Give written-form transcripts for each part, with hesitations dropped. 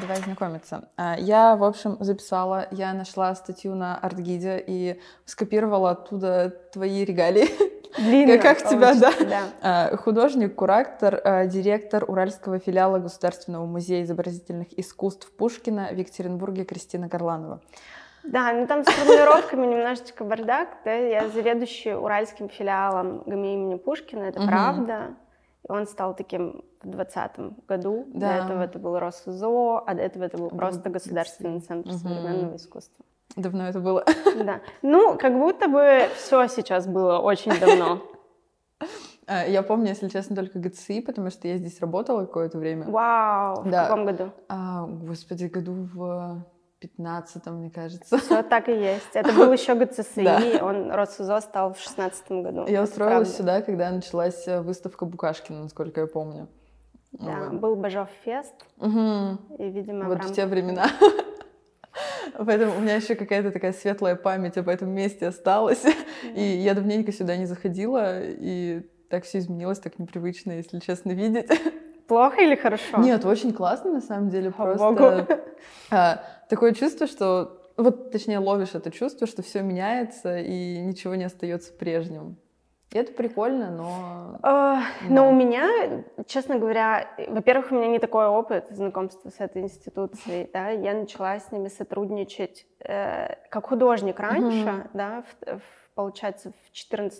давай знакомиться. Я, в общем, я нашла статью на Артгиде и скопировала оттуда твои регалии. Длинно как тебя, да. Художник, куратор, директор Уральского филиала Государственного музея изобразительных искусств Пушкина в Екатеринбурге Кристина Горланова. Да, ну там с формулировками немножечко бардак. Да? Я заведующий Уральским филиалом ГМИ имени Пушкина, это правда. И он стал таким в 2020 году. Да. До этого это был Россузо, а до этого это был просто Государственный центр современного искусства. Давно это было? Да. Ну, как будто бы все сейчас было очень давно. Я помню, если честно, только ГЦИ, потому что я здесь работала какое-то время. Вау! Да. В каком году? Господи, году в 15-м, мне кажется. Все так и есть. Это был еще ГЦСИ, он Россузо стал в 16-м году. Я устроилась сюда, когда началась выставка Букашкина, насколько я помню. Да, был Бажов-фест, и, видимо, вот в те времена. Поэтому у меня еще какая-то такая светлая память об этом месте осталась. И я давненько сюда не заходила, и так все изменилось, так непривычно, если честно, видеть. Плохо или хорошо? Нет, очень классно, на самом деле. Просто такое чувство, что... Вот, точнее, ловишь это чувство, что все меняется, и ничего не остается прежним. И это прикольно, но... Но у меня, честно говоря, во-первых, у меня не такой опыт знакомства с этой институцией, да, я начала с ними сотрудничать как художник раньше, да, получается, в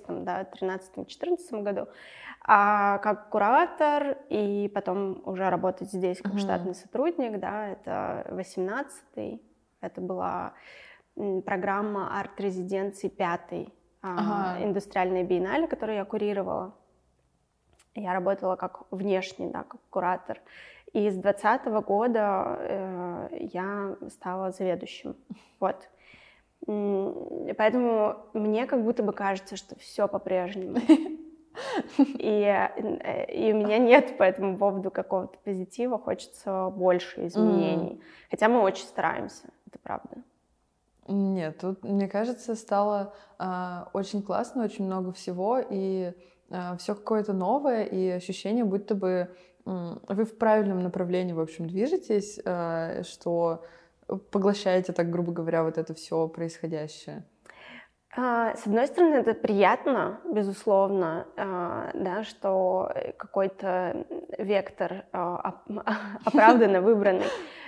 13-14 году, а как куратор, и потом уже работать здесь как штатный сотрудник, да, это 18-й, это была программа арт-резиденции 5-й, индустриальной биеннале, которую я курировала. Я работала как внешний, да, как куратор. И с 2020 года я стала заведующим. Вот. Поэтому мне как будто бы кажется, что все по-прежнему. И у меня нет по этому поводу какого-то позитива, хочется больше изменений. Хотя мы очень стараемся, это правда. Нет, тут, мне кажется, стало очень классно, очень много всего, и все какое-то новое, и ощущение, будто бы вы в правильном направлении, в общем, движетесь, что поглощаете, так грубо говоря, вот это все происходящее. С одной стороны, это приятно, безусловно, да, что какой-то вектор оправданно выбранный.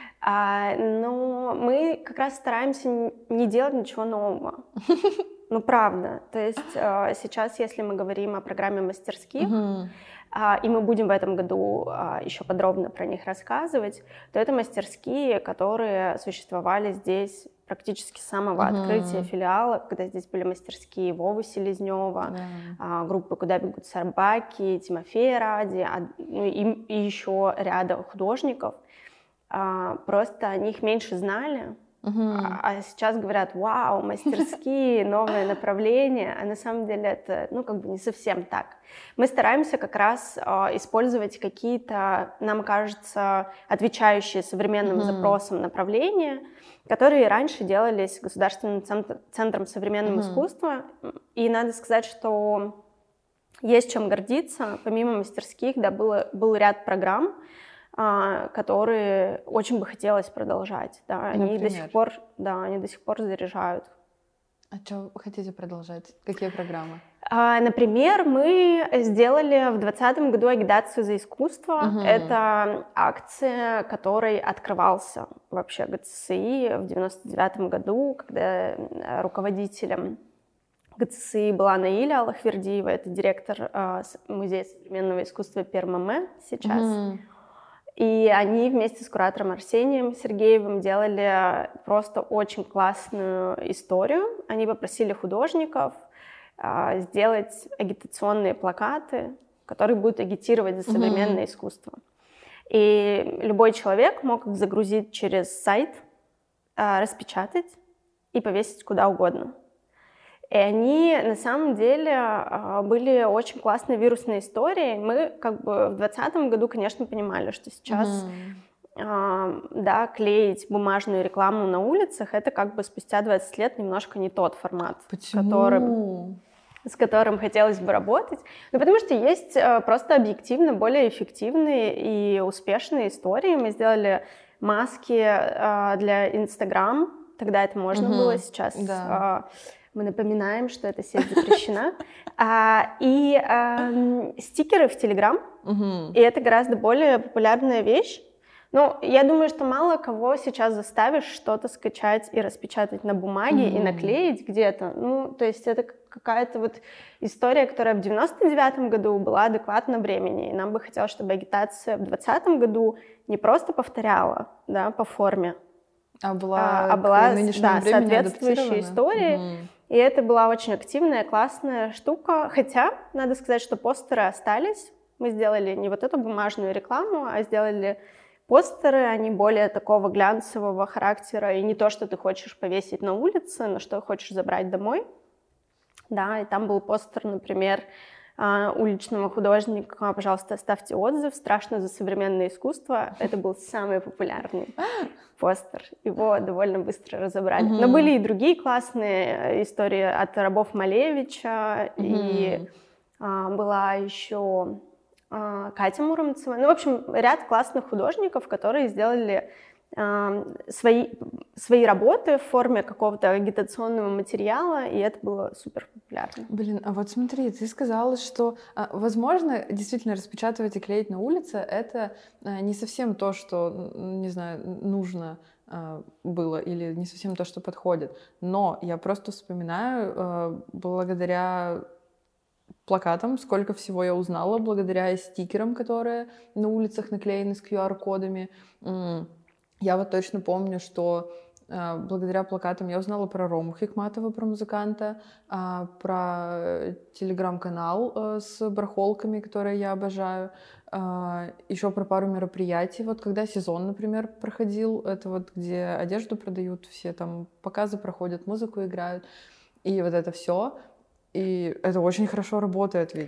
Но мы как раз стараемся не делать ничего нового. Ну, правда. То есть сейчас, если мы говорим о программе мастерских, и мы будем в этом году еще подробно про них рассказывать, то это мастерские, которые существовали здесь практически с самого открытия филиала, когда здесь были мастерские Вовы Селезнева, группы «Куда бегут собаки», Тимофея Ради, и еще ряда художников. Просто они их меньше знали, а сейчас говорят: вау, мастерские, новое направление, а на самом деле это, не совсем так. Мы стараемся как раз использовать какие-то, нам кажется, отвечающие современным запросам направления, которые раньше делались Государственным центром современного искусства, и надо сказать, что есть чем гордиться. Помимо мастерских, да, был ряд программ, которые очень бы хотелось продолжать. Да, они до сих пор заряжают. А что вы хотите продолжать? Какие программы? Например, мы сделали в 2020 году агитацию за искусство. Это акция, которой открывался вообще ГЦСИ в 1999 году, когда руководителем ГЦСИ была Наиля Аллахвердиева, это директор Музея современного искусства ПЕРММ сейчас. И они вместе с куратором Арсением Сергеевым делали просто очень классную историю. Они попросили художников сделать агитационные плакаты, которые будут агитировать за современное искусство. И любой человек мог их загрузить через сайт, распечатать и повесить куда угодно. И они, на самом деле, были очень классной вирусной историей. Мы в 2020 году, конечно, понимали, что сейчас клеить бумажную рекламу на улицах — это спустя 20 лет немножко не тот формат, с которым хотелось бы работать. Потому что есть просто объективно более эффективные и успешные истории. Мы сделали маски для Инстаграм. Тогда это можно было, сейчас мы напоминаем, что эта сеть запрещена. И стикеры в Телеграм. И это гораздо более популярная вещь. Ну, я думаю, что мало кого сейчас заставишь что-то скачать и распечатать на бумаге и наклеить где-то. Ну, то есть это какая-то вот история, которая в 99-м году была адекватна времени. И нам бы хотелось, чтобы агитация в 2020 году не просто повторяла, да, по форме, а была соответствующей историей. И это была очень активная, классная штука. Хотя, надо сказать, что постеры остались. Мы сделали не вот эту бумажную рекламу, а сделали постеры, они более такого глянцевого характера, и не то, что ты хочешь повесить на улице, но что хочешь забрать домой. Да, и там был постер, например, уличного художника «Пожалуйста, оставьте отзыв, страшно за современное искусство». Это был самый популярный постер. Его довольно быстро разобрали. Но были и другие классные истории от Рабов Малевича, и была еще Катя Муромцева. Ну, в общем, ряд классных художников, которые сделали свои работы в форме какого-то агитационного материала, и это было супер популярно. Блин, а вот смотри, ты сказала, что, возможно, действительно распечатывать и клеить на улице — это не совсем то, что, не знаю, нужно было, или не совсем то, что подходит. Но я просто вспоминаю, благодаря плакатам, сколько всего я узнала, благодаря стикерам, которые на улицах наклеены с QR-кодами. Я вот точно помню, что благодаря плакатам я узнала про Рому Хикматова, про музыканта, про телеграм-канал с барахолками, которые я обожаю, еще про пару мероприятий. Вот когда сезон, например, проходил, это вот где одежду продают, все там показы проходят, музыку играют, и вот это все. И это очень хорошо работает ведь.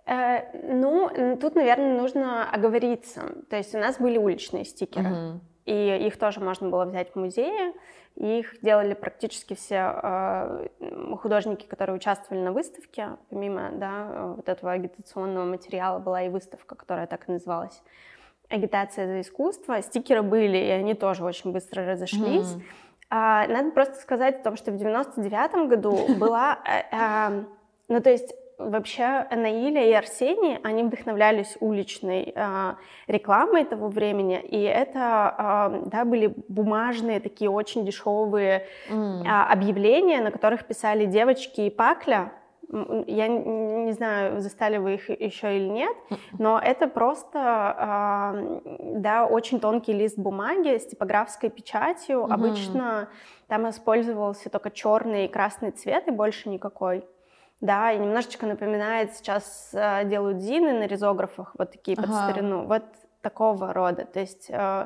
Ну, тут, наверное, нужно оговориться. То есть у нас были уличные стикеры, и их тоже можно было взять в музее. И их делали практически все художники, которые участвовали на выставке. Помимо, да, вот этого агитационного материала была и выставка, которая так и называлась «Агитация за искусство». Стикеры были, и они тоже очень быстро разошлись. Надо просто сказать о том, что в 99-м году была... Ну, то есть вообще Наиля и Арсений, они вдохновлялись уличной рекламой того времени, и это, да, были бумажные, такие очень дешевые объявления, на которых писали девочки и Пакля. Я не знаю, застали вы их еще или нет, но это просто, да, очень тонкий лист бумаги с типографской печатью. Обычно там использовался только черный и красный цвет, и больше никакой. Да, и немножечко напоминает, сейчас делают зины на ризографах, вот такие под старину, вот такого рода. То есть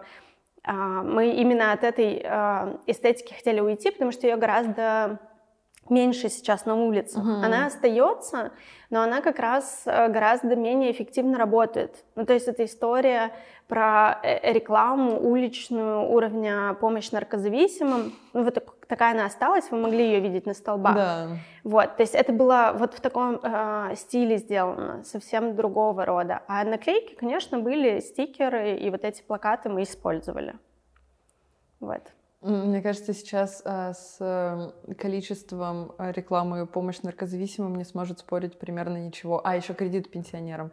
мы именно от этой эстетики хотели уйти, потому что ее гораздо меньше сейчас на улицах. Она остается, но она как раз гораздо менее эффективно работает. Ну, то есть это история про рекламу уличную уровня помощь наркозависимым. Ну, вот такая она осталась, вы могли ее видеть на столбах. Да. Вот, то есть это было вот в таком стиле сделано, совсем другого рода. А наклейки, конечно, были стикеры, и вот эти плакаты мы использовали. Вот. Мне кажется, сейчас с количеством рекламы «Помощь наркозависимым» не сможет спорить примерно ничего. Еще кредит пенсионерам.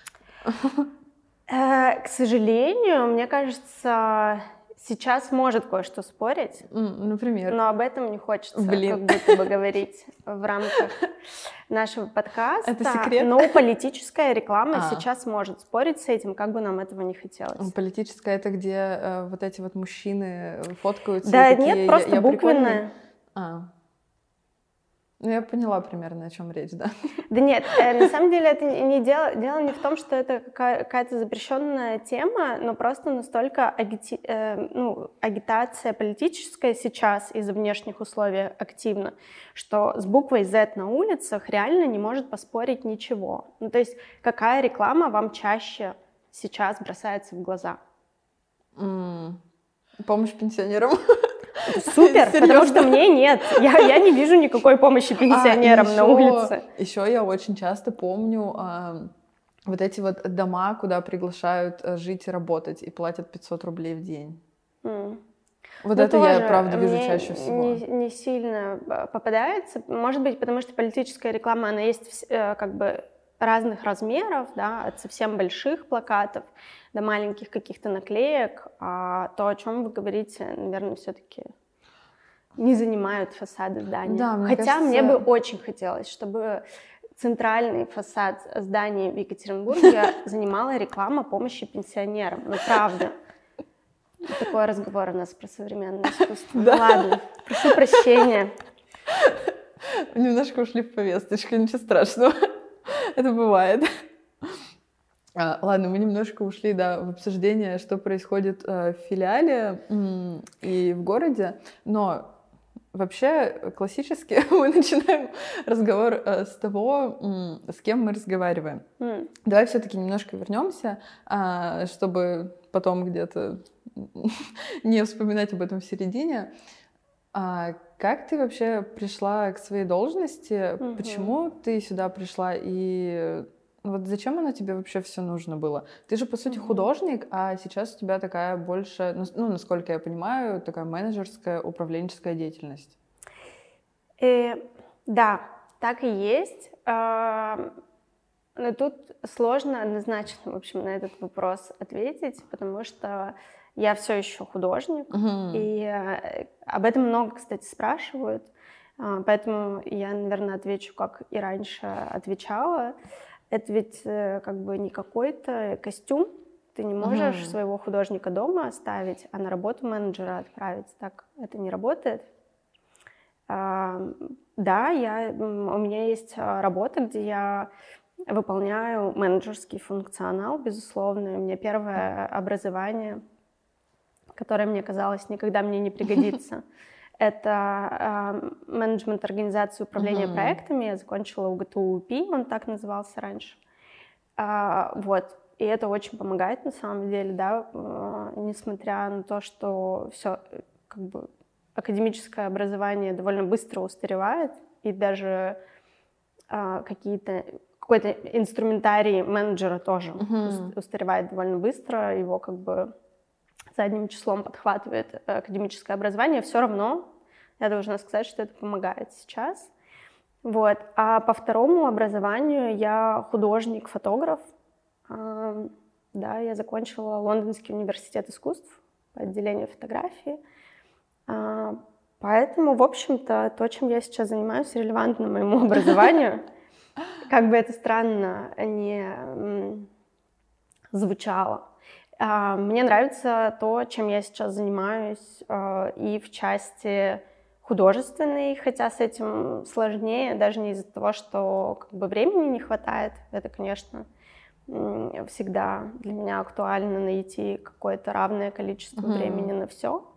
К сожалению, мне кажется, сейчас может кое-что спорить. Например? Но об этом не хочется как будто бы говорить в рамках нашего подкаста. Это секрет? Но политическая реклама сейчас может спорить с этим, как бы нам этого не хотелось. Политическая — это где вот эти вот мужчины фоткаются? Да, и такие, нет, просто буквенная. Ну, я поняла примерно, о чем речь, да. Да нет, на самом деле это не дело не в том, что это какая-то запрещенная тема, но просто настолько агитация политическая сейчас из-за внешних условий активна, что с буквой Z на улицах реально не может поспорить ничего. Ну, то есть какая реклама вам чаще сейчас бросается в глаза? Помощь пенсионерам. Супер, потому что мне нет. Я не вижу никакой помощи пенсионерам на улице. Еще я очень часто помню вот эти вот дома, куда приглашают жить и работать, и платят 500 рублей в день. Вот это я, правда, вижу чаще всего. Не сильно попадается. Может быть, потому что политическая реклама, она есть как бы разных размеров, да, от совсем больших плакатов до маленьких каких-то наклеек. А то, о чем вы говорите, наверное, все-таки не занимают фасады здания. Да, Хотя мне бы очень хотелось, чтобы центральный фасад здания в Екатеринбурге занимала реклама помощи пенсионерам. Ну, правда. Такой разговор у нас про современное искусство. Да. Ну ладно, прошу прощения. Немножко ушли в повесточку, ничего страшного. Это бывает. Ладно, мы немножко ушли, да, в обсуждение, что происходит в филиале и в городе, но вообще классически мы начинаем разговор с того, с кем мы разговариваем. Давай все-таки немножко вернемся, чтобы потом где-то не вспоминать об этом в середине. Как ты вообще пришла к своей должности? Почему ты сюда пришла? И вот зачем оно тебе вообще все нужно было? Ты же, по сути, художник, а сейчас у тебя такая больше, ну, насколько я понимаю, такая менеджерская, управленческая деятельность. Да, так и есть. Но тут сложно однозначно, в общем, на этот вопрос ответить, потому что я все еще художник, и об этом много, кстати, спрашивают, поэтому я, наверное, отвечу, как и раньше отвечала. Это ведь как бы не какой-то костюм, ты не можешь своего художника дома оставить, а на работу менеджера отправить. Так это не работает. Да, у меня есть работа, где я выполняю менеджерский функционал, безусловно. У меня первое образование, которое мне казалось никогда мне не пригодится. Это менеджмент организации управления проектами. Я закончила УГТУ УПИ, он так назывался раньше. Вот. И это очень помогает на самом деле, да, несмотря на то, что все как бы академическое образование довольно быстро устаревает, и даже какой-то инструментарий менеджера тоже устаревает довольно быстро, его как бы задним числом подхватывает академическое образование, все равно я должна сказать, что это помогает сейчас. Вот. А по второму образованию я художник-фотограф. Да, я закончила Лондонский университет искусств по отделению фотографии. Поэтому, в общем-то, то, чем я сейчас занимаюсь, релевантно моему образованию. Как бы это странно не звучало. Мне нравится то, чем я сейчас занимаюсь, и в части художественной, хотя с этим сложнее, даже не из-за того, что как бы времени не хватает. Это, конечно, всегда для меня актуально найти какое-то равное количество времени на все.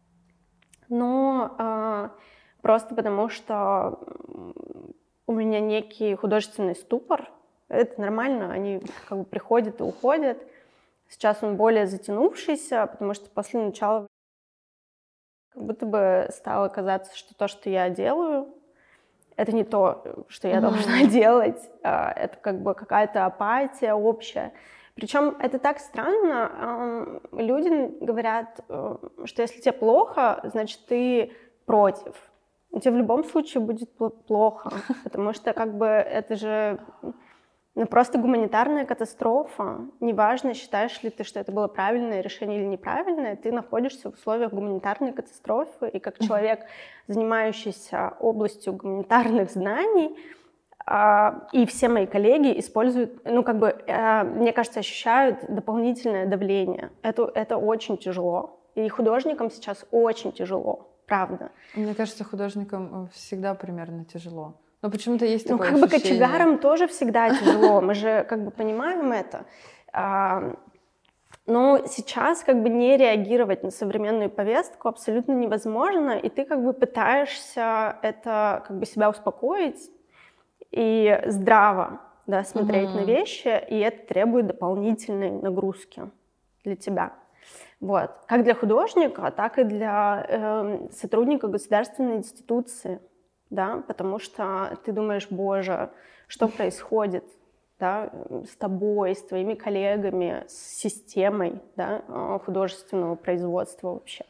Но просто потому, что у меня некий художественный ступор. Это нормально, они как бы приходят и уходят. Сейчас он более затянувшийся, потому что после начала как будто бы стало казаться, что то, что я делаю, это не то, что я должна делать. Это как бы какая-то апатия общая. Причем это так странно. Люди говорят, что если тебе плохо, значит, ты против. Тебе в любом случае будет плохо, потому что как бы это же просто гуманитарная катастрофа. Неважно, считаешь ли ты, что это было правильное решение или неправильное, ты находишься в условиях гуманитарной катастрофы, и как человек, занимающийся областью гуманитарных знаний, и все мои коллеги используют, мне кажется, ощущают дополнительное давление. Это очень тяжело. И художникам сейчас очень тяжело, правда. Мне кажется, художникам всегда примерно тяжело. Но почему-то есть такое ощущение. Ну, как бы кочегарам тоже всегда тяжело. Мы же как бы понимаем это. Но сейчас как бы не реагировать на современную повестку абсолютно невозможно, и ты как бы пытаешься это как бы себя успокоить и здраво, да, смотреть на вещи, и это требует дополнительной нагрузки для тебя. Вот. Как для художника, так и для сотрудника государственной институции, да, потому что ты думаешь, боже, что происходит? да, с тобой, с твоими коллегами, с системой, да, художественного производства вообще.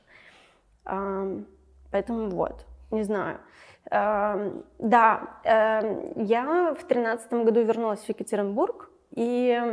Поэтому вот, не знаю. Да, я в 2013 году вернулась в Екатеринбург и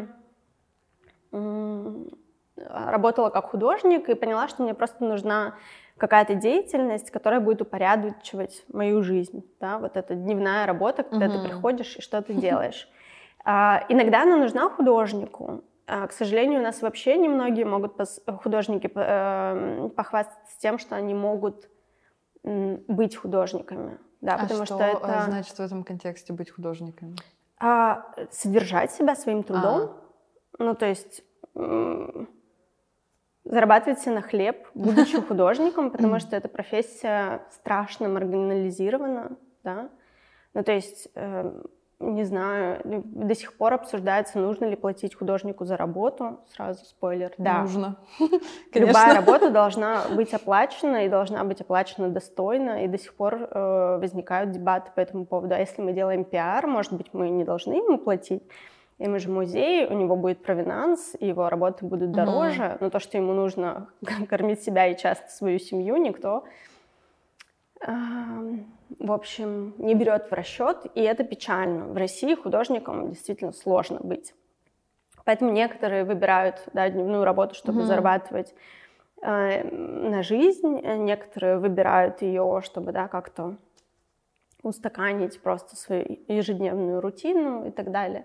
работала как художник и поняла, что мне просто нужна какая-то деятельность, которая будет упорядочивать мою жизнь. Да? Вот эта дневная работа, когда ты приходишь и что ты делаешь. Иногда она нужна художнику. К сожалению, у нас вообще немногие художники похвастаться тем, что они могут быть художниками. Да, потому что это значит в этом контексте быть художниками? Содержать себя своим трудом. Ну, то есть зарабатывать себе на хлеб, будучи художником, потому что эта профессия страшно маргинализирована, да. Ну, то есть, не знаю, до сих пор обсуждается, нужно ли платить художнику за работу. Сразу спойлер. Да. Нужно. Любая работа должна быть оплачена и должна быть оплачена достойно, и до сих пор возникают дебаты по этому поводу. А если мы делаем пиар, может быть, мы не должны ему платить? И мы же музей, у него будет провинанс, и его работы будут дороже, но то, что ему нужно кормить себя и часто свою семью, никто, в общем, не берет в расчет, и это печально. В России художникам действительно сложно быть. Поэтому некоторые выбирают, да, дневную работу, чтобы зарабатывать на жизнь, некоторые выбирают ее, чтобы, да, как-то устаканить просто свою ежедневную рутину и так далее.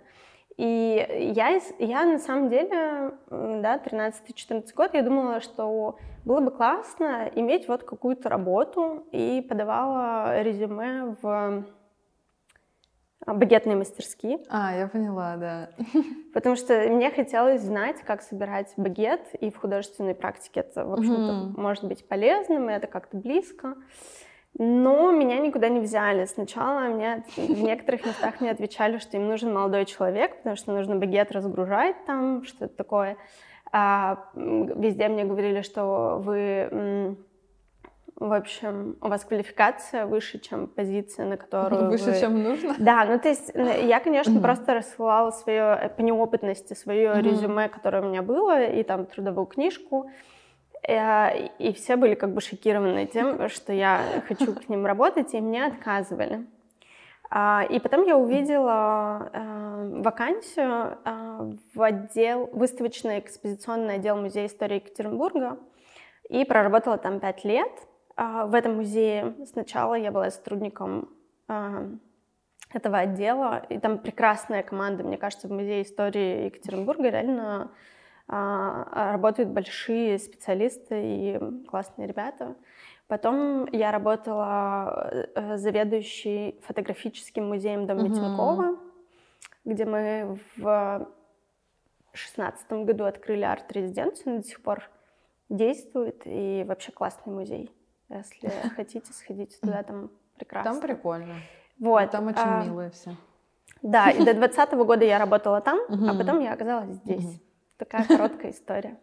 И я на самом деле, да, 13-14 год, я думала, что было бы классно иметь вот какую-то работу, и подавала резюме в багетные мастерские. Я поняла, да. Потому что мне хотелось знать, как собирать багет, и в художественной практике это, в общем-то, может быть полезным, и это как-то близко. Но меня никуда не взяли. Сначала мне в некоторых местах мне отвечали, что им нужен молодой человек, потому что нужно багет разгружать там, что-то такое. Везде мне говорили, что вы, в общем, у вас квалификация выше, чем позиция, на которую выше, чем нужно? Да, ну то есть я, конечно, просто рассылала свое, по неопытности, свое резюме, которое у меня было, и там трудовую книжку. И все были как бы шокированы тем, что я хочу к ним работать, и мне отказывали. И потом я увидела вакансию в выставочный экспозиционный отдел Музея истории Екатеринбурга и проработала там 5 лет. В этом музее сначала я была сотрудником этого отдела, и там прекрасная команда. Мне кажется, в Музее истории Екатеринбурга реально работают большие специалисты и классные ребята. Потом я работала заведующей фотографическим музеем Дом Митенкова, где мы в 2016 году открыли арт-резиденцию, до сих пор действует, и вообще классный музей. Если хотите, сходите туда, там прекрасно. Там прикольно. Вот. Там очень милые все. Да, и до 2020 года я работала там, а потом я оказалась здесь. Такая короткая история.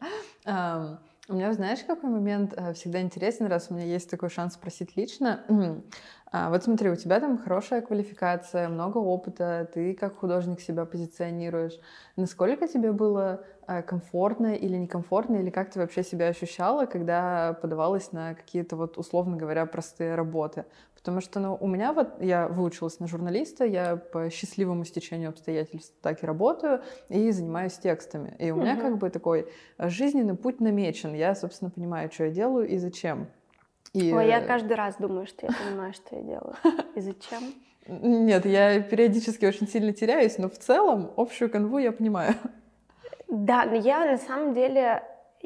У меня, знаешь, какой момент всегда интересен, раз у меня есть такой шанс спросить лично. Вот смотри, у тебя там хорошая квалификация, много опыта, ты как художник себя позиционируешь. Насколько тебе было комфортно или некомфортно, или как ты вообще себя ощущала, когда подавалась на какие-то, вот, условно говоря, простые работы? Потому что, у меня вот, я выучилась на журналиста, я по счастливому стечению обстоятельств так и работаю, и занимаюсь текстами. И у меня как бы такой жизненный путь намечен. Я, собственно, понимаю, что я делаю и зачем. Ой, я каждый раз думаю, что я понимаю, что я делаю. И зачем? Нет, я периодически очень сильно теряюсь, но в целом общую канву я понимаю. Да, но я на самом деле...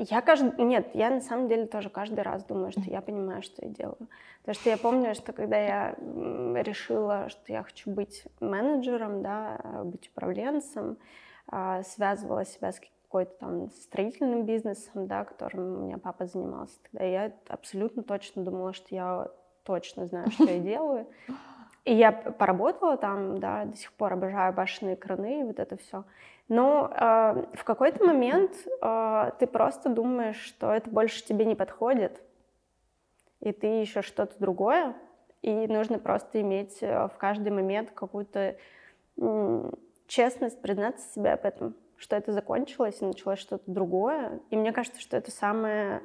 я на самом деле тоже каждый раз думаю, что я понимаю, что я делаю. Потому что я помню, что когда я решила, что я хочу быть менеджером, да, быть управленцем, связывала себя с какой-то там строительным бизнесом, да, которым у меня папа занимался, тогда я абсолютно точно думала, что я точно знаю, что я делаю. И я поработала там, да, до сих пор обожаю башенные краны и вот это все. Но в какой-то момент ты просто думаешь, что это больше тебе не подходит, и ты еще что-то другое, и нужно просто иметь в каждый момент какую-то честность, признаться себе об этом, что это закончилось и началось что-то другое. И мне кажется, что это самое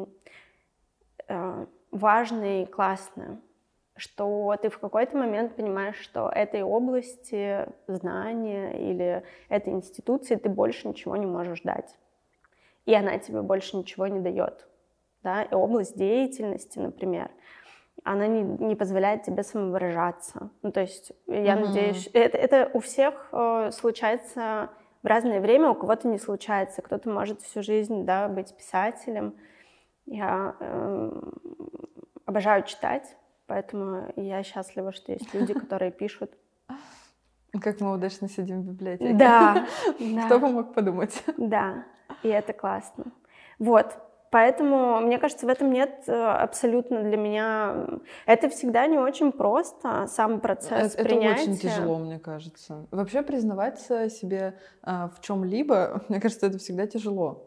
важное и классное, что ты в какой-то момент понимаешь, что этой области знания или этой институции ты больше ничего не можешь дать. И она тебе больше ничего не дает. Да? И область деятельности, например, она не позволяет тебе самовыражаться. Ну, то есть я надеюсь, это у всех случается в разное время, у кого-то не случается. Кто-то может всю жизнь, да, быть писателем. Я обожаю читать, поэтому я счастлива, что есть люди, которые пишут. Как мы удачно сидим в библиотеке. Да. Кто бы мог подумать. Да, и это классно. Вот. Поэтому, мне кажется, в этом нет абсолютно для меня... Это всегда не очень просто, сам процесс принятия. Это очень тяжело, мне кажется. Вообще признаваться себе в чем-либо, мне кажется, это всегда тяжело.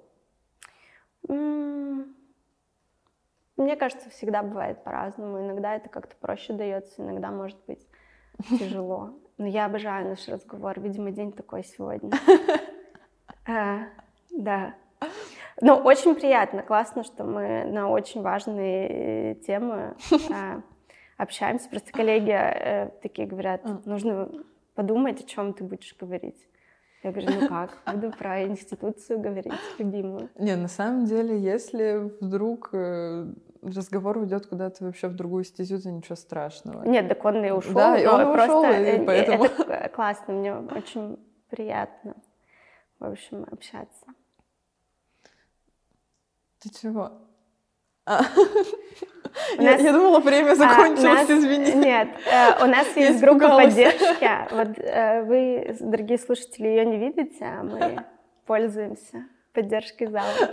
Мне кажется, всегда бывает по-разному. Иногда это как-то проще дается, иногда может быть тяжело. Но я обожаю наш разговор. Видимо, день такой сегодня. Да. Ну, очень приятно, классно, что мы на очень важные темы общаемся. Просто коллеги такие говорят, нужно подумать, о чем ты будешь говорить. Я говорю, ну как, буду про институцию говорить, любимую. Не, на самом деле, если вдруг разговор уйдет куда-то вообще в другую стезю, то ничего страшного. Нет, так он и ушел. Да, и он просто ушел, и поэтому... Это классно, мне очень приятно, в общем, общаться. Ты чего? Я думала, время закончилось, извини. Нет, у нас есть группа поддержки. Вот вы, дорогие слушатели, ее не видите, а мы пользуемся поддержкой зала.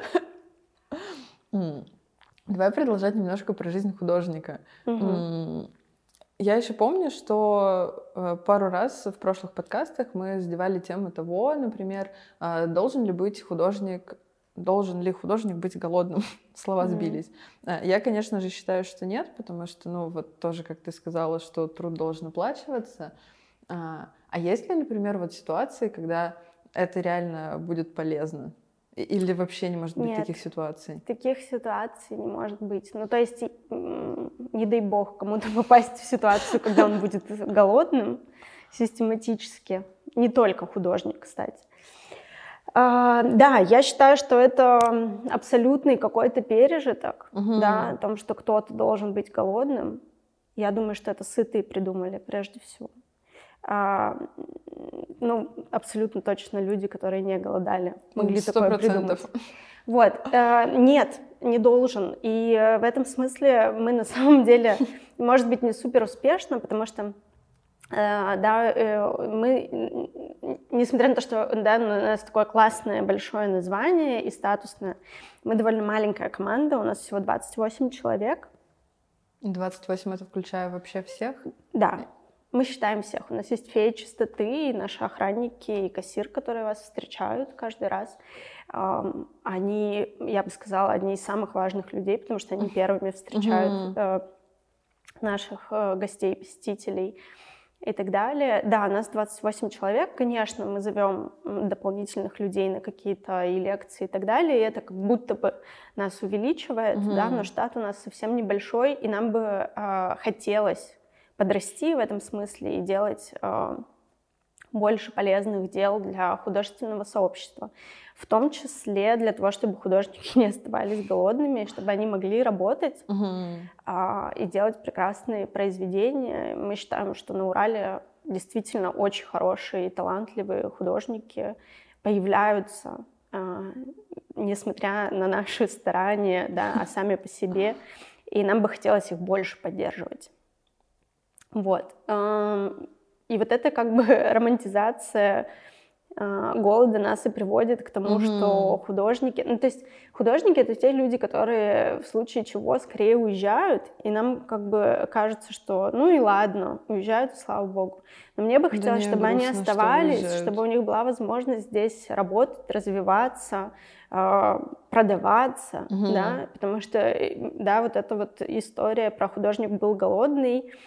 Давай продолжать немножко про жизнь художника. Я еще помню, что пару раз в прошлых подкастах мы задевали тему того, например, должен ли художник быть голодным? Слова сбились. Я, конечно же, считаю, что нет, потому что, ну, вот тоже, как ты сказала, что труд должен оплачиваться. А есть ли, например, вот ситуации, когда это реально будет полезно? Или вообще не может быть Нет, таких ситуаций? Таких ситуаций не может быть. Ну, то есть, не дай бог кому-то попасть в ситуацию, когда он будет голодным систематически. Не только художник, кстати. Да, я считаю, что это абсолютный какой-то пережиток, да, о том, что кто-то должен быть голодным. Я думаю, что это сытые придумали прежде всего. Ну, абсолютно точно люди, которые не голодали, могли 100%. Такое придумать. Вот. Нет, не должен. И в этом смысле мы на самом деле, может быть, не супер успешно, потому что да, мы, несмотря на то, что да, у нас такое классное большое название и статусное, мы довольно маленькая команда, у нас всего 28 человек. 28 это включая вообще всех? Да, мы считаем всех. У нас есть фея чистоты, и наши охранники, и кассир, которые вас встречают каждый раз. Они, я бы сказала, одни из самых важных людей, потому что они первыми встречают наших гостей, посетителей и так далее. Да, у нас 28 человек, конечно, мы зовем дополнительных людей на какие-то и лекции и так далее, и это как будто бы нас увеличивает, да, но штат у нас совсем небольшой, и нам бы хотелось подрасти в этом смысле и делать больше полезных дел для художественного сообщества, в том числе для того, чтобы художники не оставались голодными, чтобы они могли работать и делать прекрасные произведения. Мы считаем, что на Урале действительно очень хорошие и талантливые художники появляются, несмотря на наши старания, да, а сами по себе, и нам бы хотелось их больше поддерживать. Вот. И вот это как бы романтизация голода нас и приводит к тому, что художники... Ну, то есть художники — это те люди, которые в случае чего скорее уезжают, и нам как бы кажется, что ну и ладно, уезжают, и слава богу. Но мне бы хотелось, чтобы они оставались, чтобы у них была возможность здесь работать, развиваться, продаваться, да, потому что, да, вот эта вот история про художник был голодный,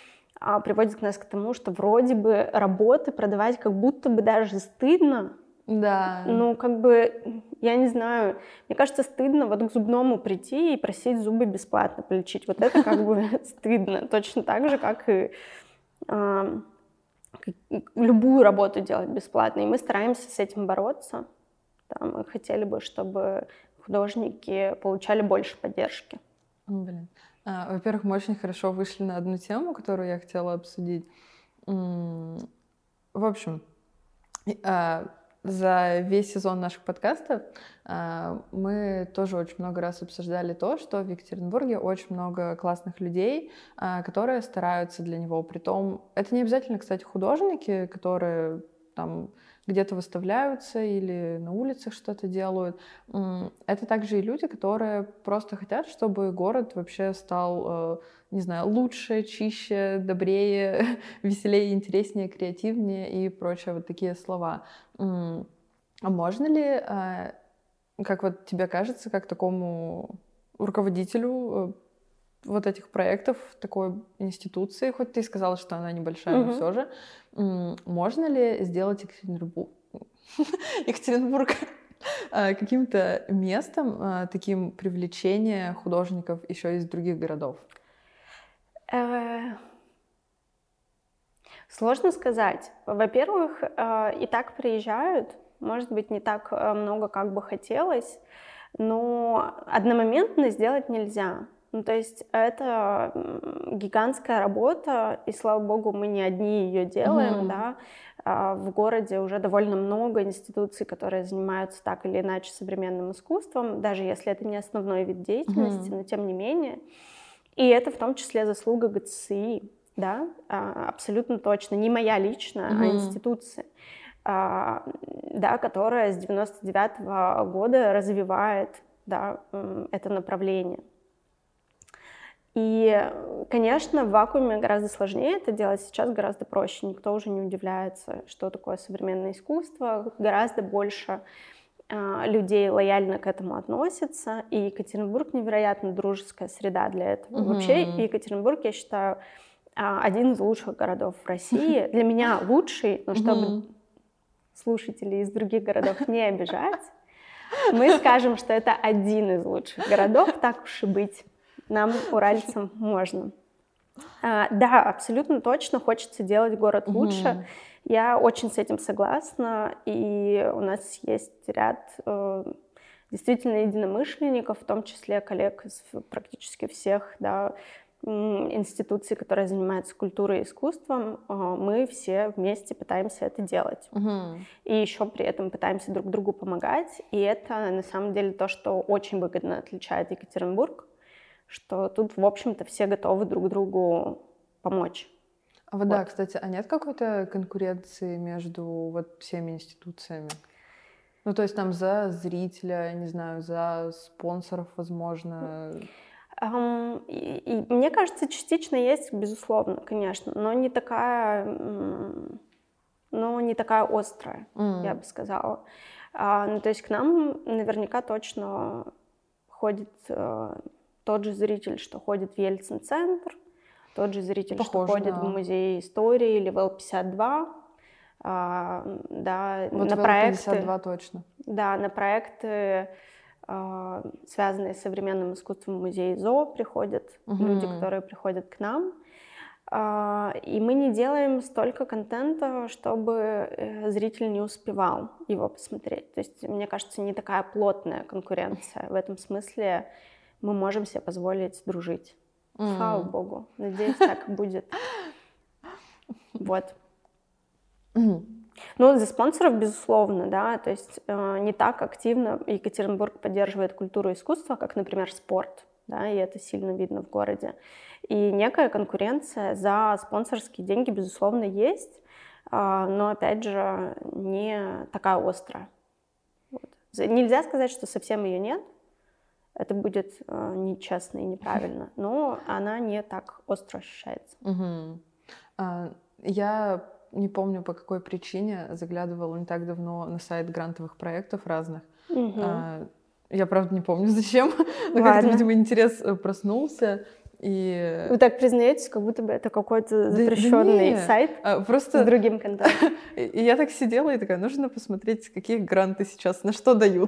приводит нас к тому, что вроде бы работы продавать как будто бы даже стыдно. Да. Ну, как бы, я не знаю, мне кажется, стыдно вот к зубному прийти и просить зубы бесплатно полечить. Вот это как бы стыдно. Точно так же, как и любую работу делать бесплатно. И мы стараемся с этим бороться. Да, мы хотели бы, чтобы художники получали больше поддержки. Блин. Во-первых, мы очень хорошо вышли на одну тему, которую я хотела обсудить. В общем, за весь сезон наших подкастов мы тоже очень много раз обсуждали то, что в Екатеринбурге очень много классных людей, которые стараются для него. Притом, это не обязательно, кстати, художники, которые там где-то выставляются или на улицах что-то делают. Это также и люди, которые просто хотят, чтобы город вообще стал, не знаю, лучше, чище, добрее, веселее, интереснее, креативнее и прочее вот такие слова. А можно ли, как вот тебе кажется, как такому руководителю вот этих проектов, такой институции, хоть ты и сказала, что она небольшая, но все же, можно ли сделать Екатеринбург каким-то местом, таким привлечения художников еще из других городов? Сложно сказать. Во-первых, и так приезжают, может быть, не так много, как бы хотелось, но одномоментно сделать нельзя. Ну, то есть это гигантская работа, и, слава богу, мы не одни ее делаем, да. В городе уже довольно много институций, которые занимаются так или иначе современным искусством, даже если это не основной вид деятельности, но тем не менее. И это в том числе заслуга ГЦСИ, да, абсолютно точно, не моя личная, а институция, да, которая с 99-го года развивает, да, это направление. И, конечно, в вакууме гораздо сложнее это делать, сейчас гораздо проще, никто уже не удивляется, что такое современное искусство, гораздо больше людей лояльно к этому относятся, и Екатеринбург невероятно дружеская среда для этого. Вообще Екатеринбург, я считаю, один из лучших городов в России, для меня лучший, но чтобы слушателей из других городов не обижать, мы скажем, что это один из лучших городов, так уж и быть. Нам, уральцам, можно. Да, абсолютно точно хочется делать город лучше. Я очень с этим согласна. И у нас есть ряд действительно единомышленников, в том числе коллег из практически всех, да, институций, которые занимаются культурой и искусством. Мы все вместе пытаемся это делать. И еще при этом пытаемся друг другу помогать. И это на самом деле то, что очень выгодно отличает Екатеринбург, что тут, в общем-то, все готовы друг другу помочь. Вот. Да, кстати, а нет какой-то конкуренции между вот всеми институциями? Ну, то есть там за зрителя, не знаю, за спонсоров, возможно? И мне кажется, частично есть, безусловно, конечно, но не такая острая, я бы сказала. Ну, то есть к нам наверняка точно ходит тот же зритель, что ходит в Ельцин-центр, тот же зритель, что ходит в музей истории или в Л-52. Да, вот на в проекты, Л-52 точно. Да, на проекты, связанные с современным искусством, в музей ЗО приходят люди, которые приходят к нам. И мы не делаем столько контента, чтобы зритель не успевал его посмотреть. То есть, мне кажется, не такая плотная конкуренция. В этом смысле мы можем себе позволить дружить. Слава богу. Надеюсь, так и будет. Вот. Ну, за спонсоров, безусловно, да, то есть не так активно Екатеринбург поддерживает культуру и искусство, как, например, спорт, да, и это сильно видно в городе. И некая конкуренция за спонсорские деньги, безусловно, есть, но, опять же, не такая острая. Вот. Нельзя сказать, что совсем ее нет, это будет нечестно и неправильно, но она не так остро ощущается. Я не помню, по какой причине заглядывала не так давно на сайт грантовых проектов разных. Я, правда, не помню, зачем, но как-то, видимо, интерес проснулся. И... Вы так признаетесь, как будто бы это какой-то запрещенный сайт просто... с другим контентом. И я так сидела и такая, нужно посмотреть, какие гранты сейчас, на что дают.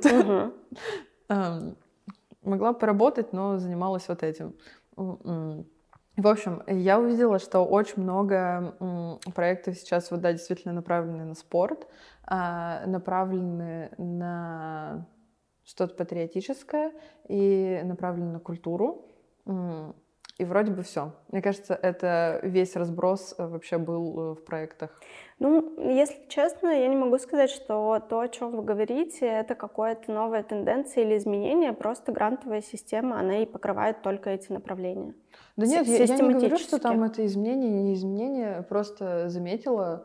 Могла поработать, но занималась вот этим. В общем, я увидела, что очень много проектов сейчас вот, да, действительно направлены на спорт, направлены на что-то патриотическое и направлены на культуру. И вроде бы все. Мне кажется, это весь разброс вообще был в проектах. Ну, если честно, я не могу сказать, что то, о чем вы говорите, это какая-то новая тенденция или изменение. Просто грантовая система, она и покрывает только эти направления. Да нет, я не говорю, что там это изменение, не изменение. Просто заметила...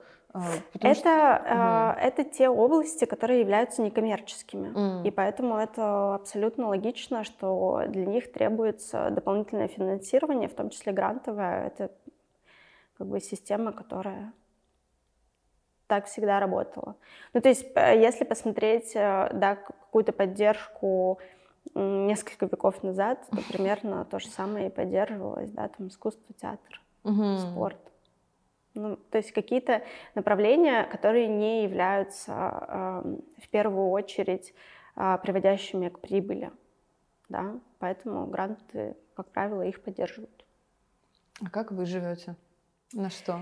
Это те области, которые являются некоммерческими. И поэтому это абсолютно логично, что для них требуется дополнительное финансирование, в том числе грантовое. Это как бы система, которая так всегда работала. Ну, то есть, если посмотреть, да, какую-то поддержку несколько веков назад, то примерно то же самое и поддерживалось, да, там искусство, театр, спорт. Ну, то есть какие-то направления, которые не являются в первую очередь приводящими к прибыли, да, поэтому гранты, как правило, их поддерживают. А как вы живете? На что?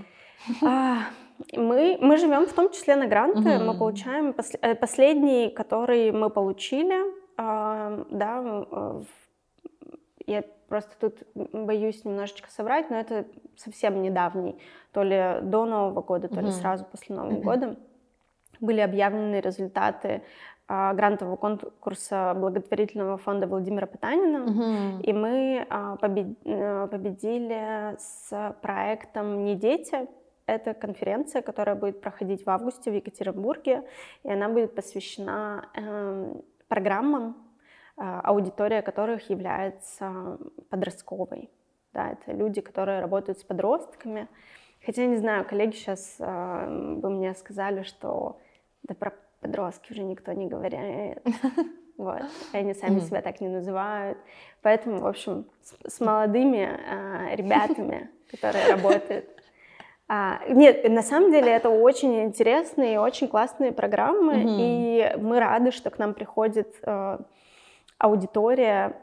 Мы живем в том числе на гранты. Мы получаем последний, который мы получили, да, я просто тут боюсь немножечко соврать, но это совсем недавний, то ли до Нового года, то ли сразу после Нового года были объявлены результаты грантового конкурса благотворительного фонда Владимира Потанина, и мы победили с проектом «Не дети». Это конференция, которая будет проходить в августе в Екатеринбурге, и она будет посвящена программам, аудитория которых является подростковой. Да, это люди, которые работают с подростками. Хотя, не знаю, коллеги сейчас бы мне сказали, что да про подростки уже никто не говорит. Вот. Они сами себя так не называют. Поэтому, в общем, с молодыми ребятами, которые работают. Нет, на самом деле это очень интересные и очень классные программы, и мы рады, что к нам приходит аудитория,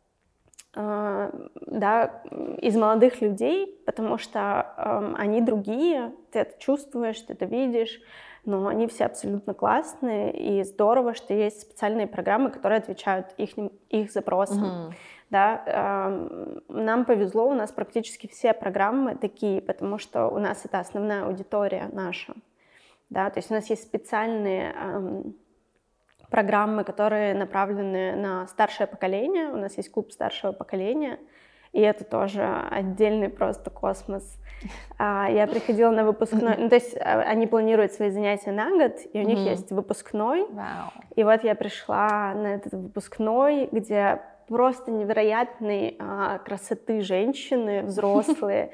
да, из молодых людей, потому что они другие, ты это чувствуешь, ты это видишь, но они все абсолютно классные, и здорово, что есть специальные программы, которые отвечают их запросам. Да, нам повезло, у нас практически все программы такие, потому что у нас это основная аудитория наша. Да, то есть у нас есть специальные программы, которые направлены на старшее поколение. У нас есть клуб старшего поколения, и это тоже отдельный просто космос. Я приходила на выпускной, ну, то есть они планируют свои занятия на год, и у них есть выпускной. И вот я пришла на этот выпускной, где просто невероятной красоты женщины, взрослые,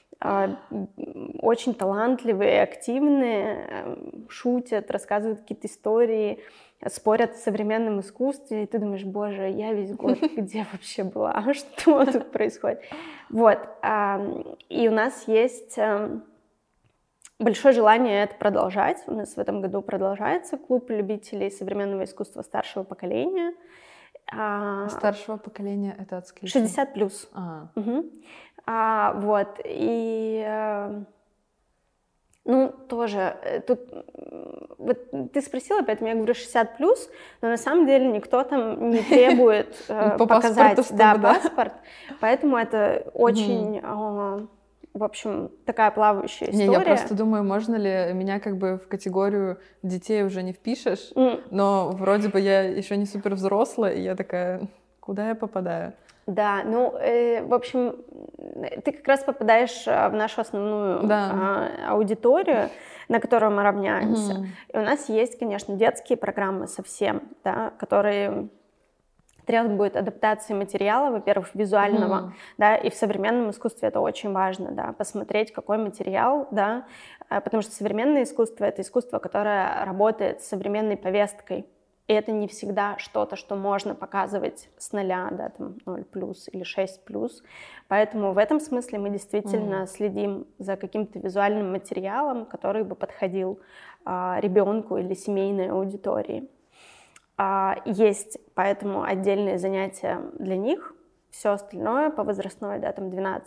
очень талантливые, активные, шутят, рассказывают какие-то истории, спорят о современном искусстве, и ты думаешь, боже, я весь год где вообще была, что тут происходит? Вот, и у нас есть большое желание это продолжать. У нас в этом году продолжается клуб любителей современного искусства старшего поколения. Старшего поколения это от скольки? 60+. Вот, и... Ну, тоже, тут, вот ты спросила, поэтому я говорю 60+, но на самом деле никто там не требует показать паспорт, поэтому это очень, в общем, такая плавающая история. Не, я просто думаю, можно ли меня как бы в категорию детей уже не впишешь, но вроде бы я еще не супер взрослая, и я такая, куда я попадаю? Да, ну, в общем, ты как раз попадаешь в нашу основную аудиторию, на которую мы равняемся. И у нас есть, конечно, детские программы совсем, да, которые требуют адаптации материала, во-первых, визуального, да, и в современном искусстве это очень важно, да, посмотреть, какой материал, да, потому что современное искусство — это искусство, которое работает с современной повесткой. И это не всегда что-то, что можно показывать с 0, да, там 0+ или 6+. Поэтому в этом смысле мы действительно следим за каким-то визуальным материалом, который бы подходил ребенку или семейной аудитории. Есть поэтому отдельные занятия для них. Все остальное по возрастной, да, там 12+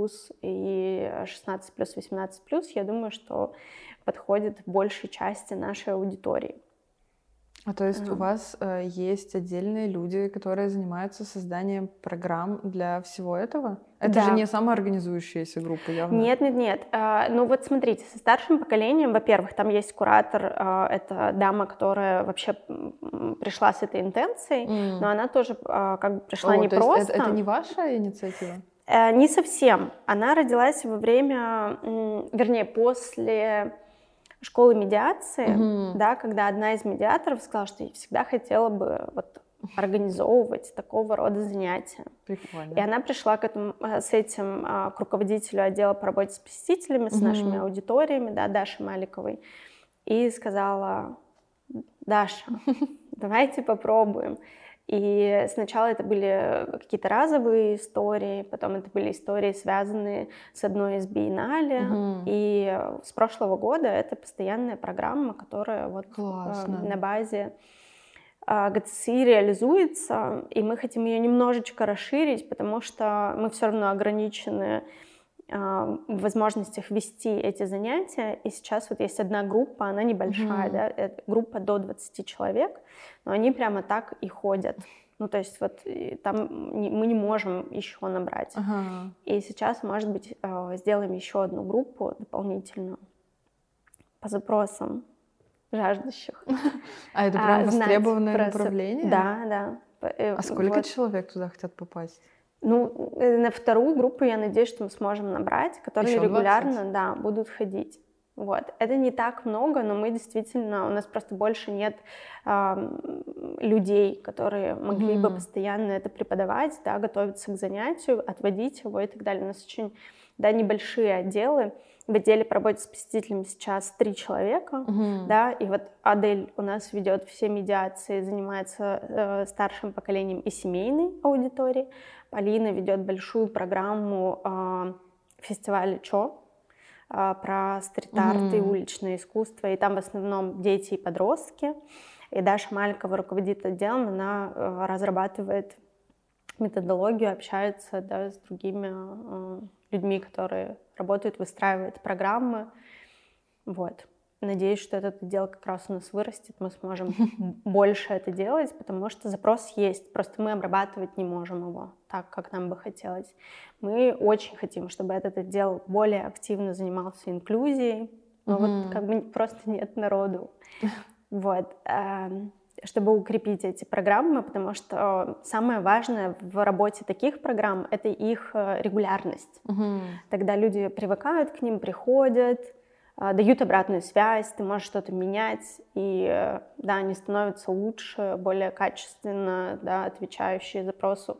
и 16+, 18+, я думаю, что подходит большей части нашей аудитории. То есть у вас есть отдельные люди, которые занимаются созданием программ для всего этого? Это же не самоорганизующаяся группа, явно. Нет. Ну вот смотрите, со старшим поколением, во-первых, там есть куратор, это дама, которая вообще пришла с этой интенцией, но она тоже как бы пришла не просто. Это не ваша инициатива? Не совсем. Она родилась во время, вернее, после школы медиации, да, когда одна из медиаторов сказала, что я всегда хотела бы вот организовывать такого рода занятия. Прикольно. И она пришла с этим к руководителю отдела по работе с посетителями, с нашими аудиториями, да, Дашей Маликовой, и сказала: Даша, давайте попробуем. И сначала это были какие-то разовые истории, потом это были истории, связанные с одной из биеннале. И с прошлого года это постоянная программа, которая вот на базе ГЦСИ реализуется, и мы хотим ее немножечко расширить, потому что мы все равно ограничены в возможностях вести эти занятия. И сейчас вот есть одна группа, она небольшая, да, это группа до 20 человек, но они прямо так и ходят. Ну, то есть вот там мы не можем еще набрать. И сейчас, может быть, сделаем еще одну группу дополнительную по запросам жаждущих. А это прям востребованное направление? Да. А сколько человек туда хотят попасть? Ну, на вторую группу я надеюсь, что мы сможем набрать, которые еще регулярно, да, будут ходить. Вот. Это не так много, но мы действительно, у нас просто больше нет людей, которые могли бы постоянно это преподавать, да, готовиться к занятию, отводить его и так далее. У нас очень, да, небольшие отделы. В отделе по работе с посетителями сейчас 3 человека, да, и вот Адель у нас ведет все медиации, занимается старшим поколением и семейной аудиторией. Полина ведет большую программу фестиваля ЧО про стрит-арт и уличное искусство, и там в основном дети и подростки. И Даша Маликова руководит отделом, она разрабатывает методологию, общается, да, с другими людьми, которые работают, выстраивают программы. Вот. Надеюсь, что этот отдел как раз у нас вырастет, мы сможем больше это делать, потому что запрос есть, просто мы обрабатывать не можем его так, как нам бы хотелось. Мы очень хотим, чтобы этот отдел более активно занимался инклюзией, но вот как бы просто нет народу. Вот. Чтобы укрепить эти программы, потому что самое важное в работе таких программ — это их регулярность. Тогда люди привыкают к ним, приходят, дают обратную связь, ты можешь что-то менять, и да, они становятся лучше, более качественно, да, отвечающие запросу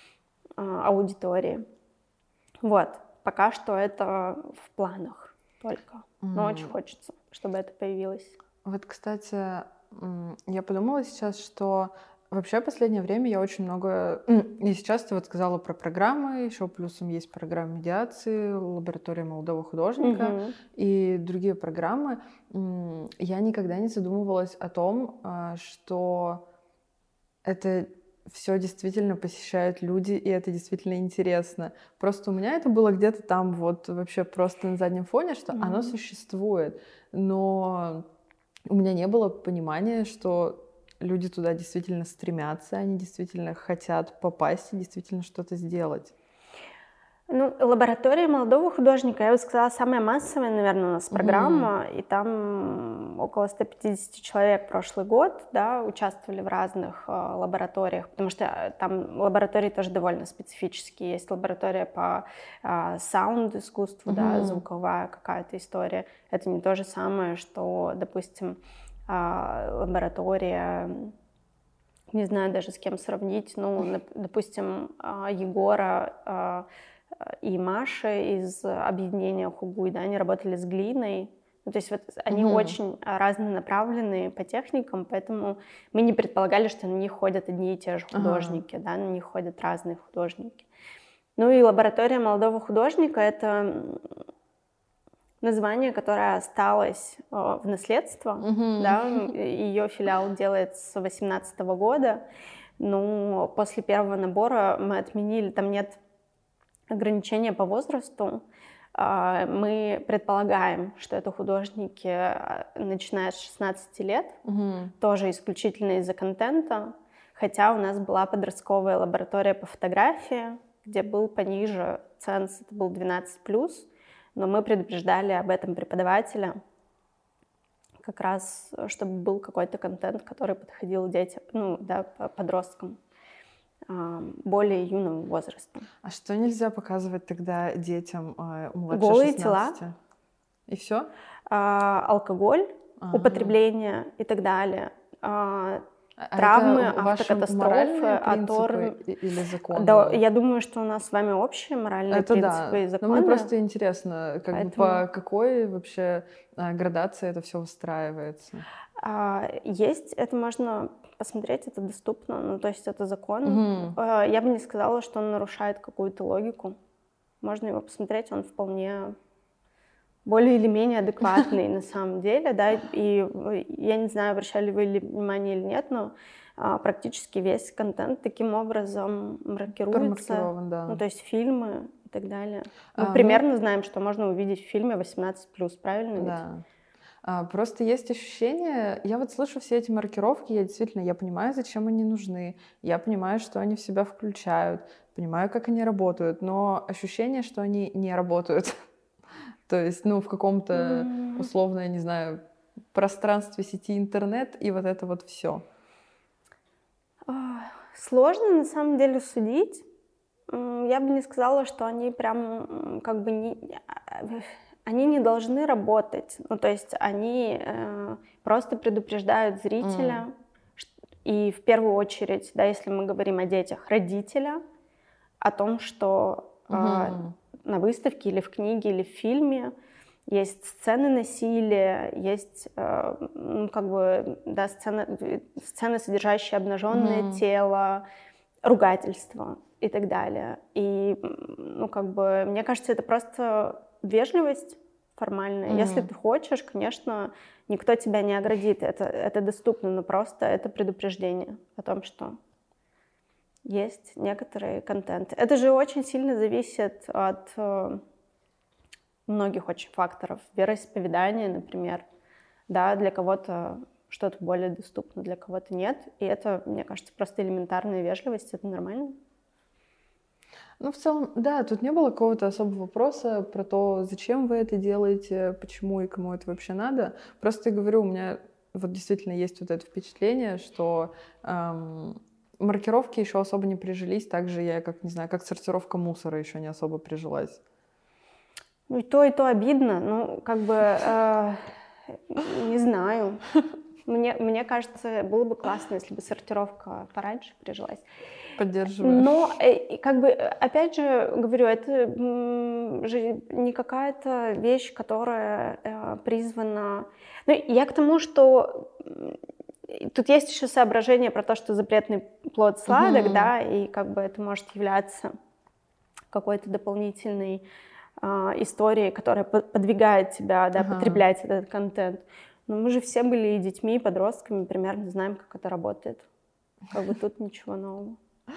аудитории. Вот. Пока что это в планах только, но очень хочется, чтобы это появилось. Вот, кстати, я подумала сейчас, что вообще в последнее время я очень много... И сейчас ты вот сказала про программы, еще плюсом есть программа медиации, лаборатория молодого художника и другие программы. Я никогда не задумывалась о том, что это все действительно посещают люди, и это действительно интересно. Просто у меня это было где-то там вот вообще просто на заднем фоне, что оно существует, но у меня не было понимания, что люди туда действительно стремятся, они действительно хотят попасть и действительно что-то сделать. Ну, лаборатория молодого художника, я бы сказала, самая массовая, наверное, у нас программа, и там около 150 человек прошлый год, да, участвовали в разных лабораториях, потому что там лаборатории тоже довольно специфические. Есть лаборатория по саунд-искусству, да, звуковая какая-то история. Это не то же самое, что, допустим, лаборатория, не знаю даже с кем сравнить, ну, допустим, Егора и Маша из объединения Хугуй, да, они работали с глиной, Ну, то есть вот они очень разнонаправленные по техникам, поэтому мы не предполагали, что на них ходят одни и те же художники, да, на них ходят разные художники. Ну и лаборатория молодого художника — это название, которое осталось в наследство, да, ее филиал делает с 2018 года, но после первого набора мы отменили, там нет ограничения по возрасту. Мы предполагаем, что это художники, начиная с 16 лет, тоже исключительно из-за контента, хотя у нас была подростковая лаборатория по фотографии, где был пониже ценз, это был 12+, но мы предупреждали об этом преподавателя, как раз, чтобы был какой-то контент, который подходил детям, ну, да, подросткам более юного возраста. А что нельзя показывать тогда детям младше Голые 16? тела. И все? Алкоголь, употребление и так далее. Травмы, автокатастрофы, или законы? Да, я думаю, что у нас с вами общие моральные принципы и законы. Но мне просто интересно, как бы по какой вообще градации это все выстраивается? Есть, это можно посмотреть, это доступно, ну, то есть это закон. Я бы не сказала, что он нарушает какую-то логику. Можно его посмотреть, он вполне более или менее адекватный на самом деле, да, и я не знаю, обращали вы внимание или нет, но практически весь контент таким образом маркируется, да. Ну, то есть фильмы и так далее. Мы примерно знаем, что можно увидеть в фильме 18+, правильно? Да. Просто есть ощущение, я вот слышу все эти маркировки, я понимаю, зачем они нужны, я понимаю, что они в себя включают, понимаю, как они работают, но ощущение, что они не работают. То есть, ну, в каком-то, условно, я не знаю, пространстве сети интернет и вот это вот все. Сложно, на самом деле, судить. Я бы не сказала, что они прям как бы они не должны работать. Ну, то есть они просто предупреждают зрителя, и в первую очередь, да, если мы говорим о детях, родителя, о том, что на выставке или в книге или в фильме есть сцены насилия, есть как бы, да, сцены, содержащие обнаженное тело, ругательство и так далее. И, ну, как бы, мне кажется, это просто вежливость формальная. Если ты хочешь, конечно, никто тебя не оградит, это доступно, но просто это предупреждение о том, что есть некоторые контенты. Это же очень сильно зависит от многих очень факторов. Вероисповедание, например. Да, для кого-то что-то более доступно, для кого-то нет. И это, мне кажется, просто элементарная вежливость. Это нормально. Ну, в целом, да, тут не было какого-то особого вопроса про то, зачем вы это делаете, почему и кому это вообще надо. Просто я говорю, у меня вот действительно есть вот это впечатление, что маркировки еще особо не прижились, также я, как, не знаю, как сортировка мусора еще не особо прижилась. Ну, и то обидно, ну, как бы, не знаю. Мне кажется, было бы классно, если бы сортировка пораньше прижилась. Поддерживаю. Но, как бы, опять же, говорю, это же не какая-то вещь, которая призвана... Ну, я к тому, что тут есть еще соображение про то, что запретный плод сладок, да, и как бы это может являться какой-то дополнительной историей, которая подвигает тебя, да, потреблять этот контент. Но мы же все были и детьми, и подростками, примерно знаем, как это работает. Как бы тут ничего нового.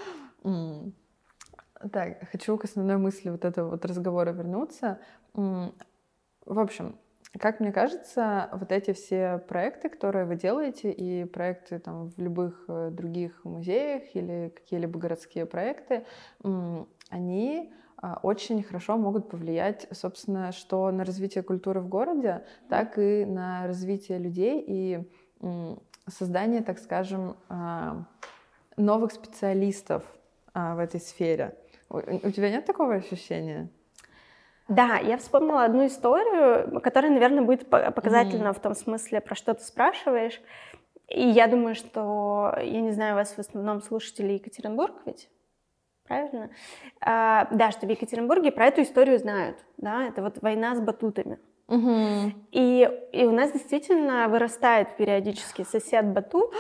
Так, хочу к основной мысли вот этого вот разговора вернуться. В общем, как мне кажется, вот эти все проекты, которые вы делаете, и проекты там в любых других музеях или какие-либо городские проекты, они очень хорошо могут повлиять, собственно, что на развитие культуры в городе, так и на развитие людей и создание, так скажем, новых специалистов в этой сфере. У тебя нет такого ощущения? Да, я вспомнила одну историю, которая, наверное, будет показательна в том смысле, про что ты спрашиваешь. И я думаю, что, я не знаю, у вас в основном слушатели Екатеринбург ведь? Правильно? Да, что в Екатеринбурге про эту историю знают. Да? Это вот война с батутами. И у нас действительно вырастает периодически сосед батут.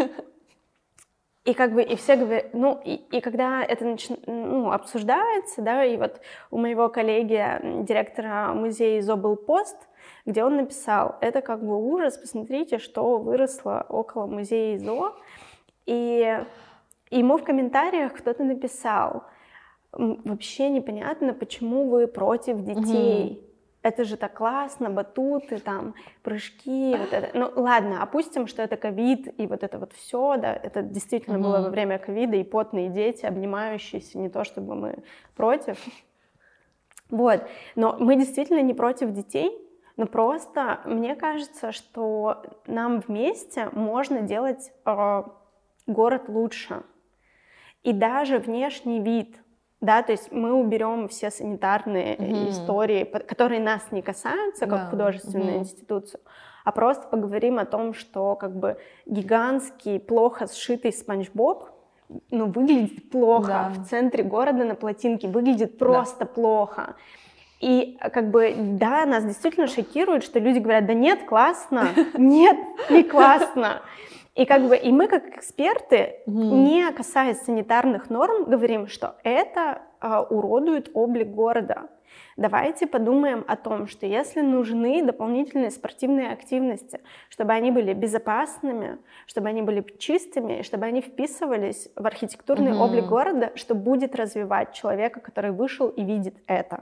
И как бы и все говорят, ну, и когда это обсуждается, да, и вот у моего коллеги, директора музея ЗОО был пост, где он написал, это как бы ужас, посмотрите, что выросло около музея ЗОО. И ему в комментариях кто-то написал, вообще непонятно, почему вы против детей. Это же так классно, батуты, там, прыжки, вот это. Ну, ладно, опустим, что это ковид, и вот это вот все, да, это действительно было во время ковида, и потные дети, обнимающиеся, не то чтобы мы против. Вот, но мы действительно не против детей, но просто мне кажется, что нам вместе можно делать город лучше. И даже внешний вид. Да, то есть мы уберем все санитарные истории, которые нас не касаются, как художественную институцию, а просто поговорим о том, что как бы гигантский, плохо сшитый Спанч Боб, ну, выглядит плохо в центре города на плотинке, выглядит просто плохо. И как бы, да, нас действительно шокирует, что люди говорят, да нет, классно, нет, не классно. И как бы и мы, как эксперты, не касаясь санитарных норм, говорим, что это уродует облик города. Давайте подумаем о том, что если нужны дополнительные спортивные активности, чтобы они были безопасными, чтобы они были чистыми, чтобы они вписывались в архитектурный облик города, что будет развивать человека, который вышел и видит это.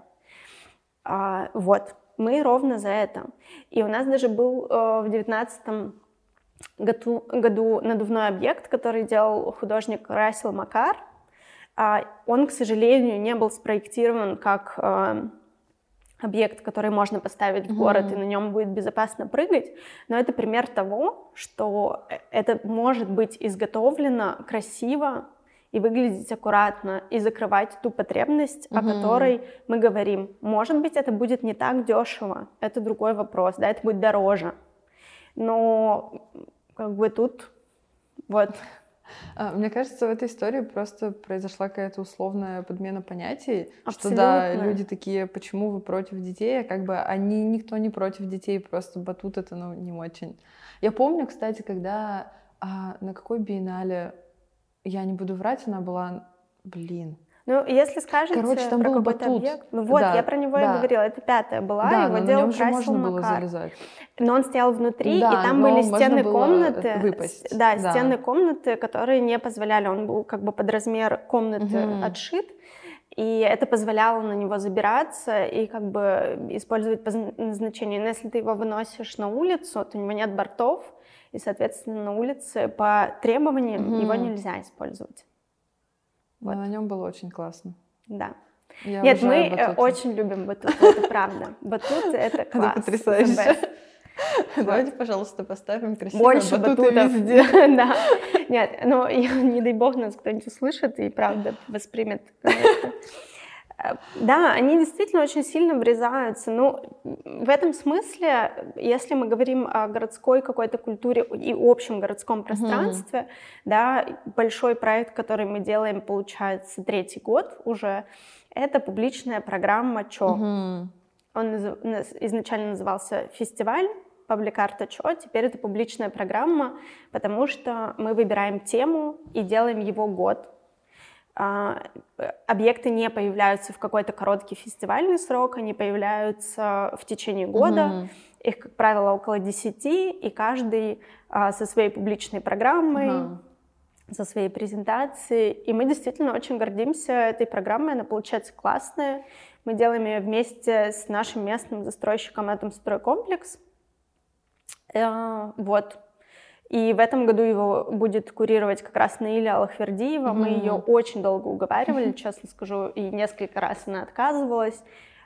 Вот, мы ровно за это. И у нас даже был в 19 году надувной объект, который делал художник Расил Макар. Он, к сожалению, не был спроектирован как объект, который можно поставить в город, и на нем будет безопасно прыгать. Но это пример того, что это может быть изготовлено красиво и выглядеть аккуратно, и закрывать ту потребность, о которой мы говорим. Может быть, это будет не так дешево, это другой вопрос, да, это будет дороже. Но как бы тут вот. Мне кажется, в этой истории просто произошла какая-то условная подмена понятий, Абсолютно. Что да, люди такие, почему вы против детей, а как бы никто не против детей, просто батут это, ну, не очень. Я помню, кстати, когда на какой биеннале, я не буду врать, она была, Ну, если скажете там про был какой-то батут. объект... Ну вот, я про него и говорила, это 5-я была, да, его но делал на нем же Расил можно было Макар. залезать. Но он стоял внутри, Да, и там но были можно стены было комнаты. выпасть. Да, стены комнаты, которые не позволяли, он был как бы под размер комнаты отшит, и это позволяло на него забираться и как бы использовать по назначению. Но если ты его выносишь на улицу, то у него нет бортов, и, соответственно, на улице по требованиям его нельзя использовать. Вот. На нем было очень классно. Да. Нет, мы батуты. Очень любим батут, это правда. Батут — это класс. Это потрясающе. Давайте, пожалуйста, поставим красивые больше батуты батутов. везде. Да. Нет, но не дай бог нас кто-нибудь услышит и правда воспримет. Да, они действительно очень сильно врезаются. Ну, в этом смысле, если мы говорим о городской какой-то культуре и общем городском пространстве, да, большой проект, который мы делаем, получается, 3-й год уже, это публичная программа ЧО. Он изначально назывался «Фестиваль паблик-арта ЧО», теперь это публичная программа, потому что мы выбираем тему и делаем его год. Объекты не появляются в какой-то короткий фестивальный срок, они появляются в течение года. Их, как правило, около 10, и каждый со своей публичной программой, со своей презентацией. И мы действительно очень гордимся этой программой, она получается классная. Мы делаем ее вместе с нашим местным застройщиком «Атомстройкомплекс». Вот. И в этом году его будет курировать как раз Наиля Аллахвердиева. Мы ее очень долго уговаривали, честно скажу, и несколько раз она отказывалась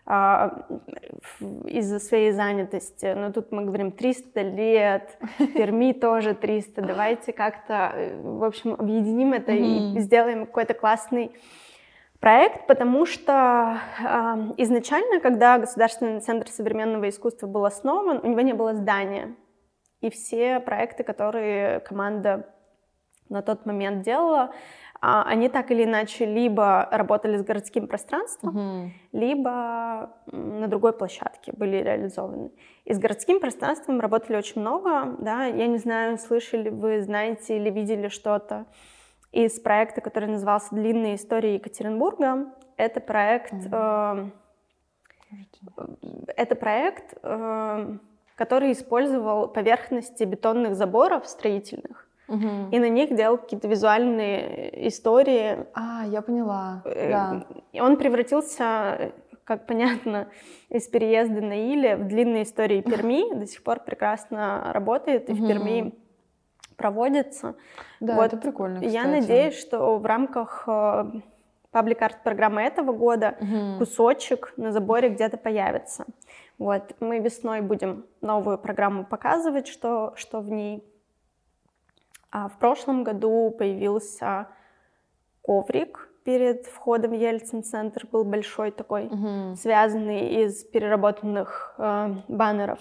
из-за своей занятости. Но тут мы говорим 300 лет, Перми тоже 300. Давайте как-то, в общем, объединим это и сделаем какой-то классный проект, потому что изначально, когда Государственный центр современного искусства был основан, у него не было здания. И все проекты, которые команда на тот момент делала, они так или иначе либо работали с городским пространством, либо на другой площадке были реализованы. И с городским пространством работали очень много, да, я не знаю, слышали вы, знаете или видели что-то из проекта, который назывался «Длинные истории Екатеринбурга». Это проект, который использовал поверхности бетонных заборов строительных, и на них делал какие-то визуальные истории. Я поняла, да. И он превратился, как понятно, из переезда на Иле в длинные истории Перми. До сих пор прекрасно работает и в Перми проводится. Да, вот, это прикольно, кстати. Я надеюсь, что в рамках паблик-арт-программы этого года кусочек на заборе где-то появится. Вот, мы весной будем новую программу показывать, что в ней. А в прошлом году появился коврик перед входом в Ельцин-центр, был большой такой, связанный из переработанных баннеров.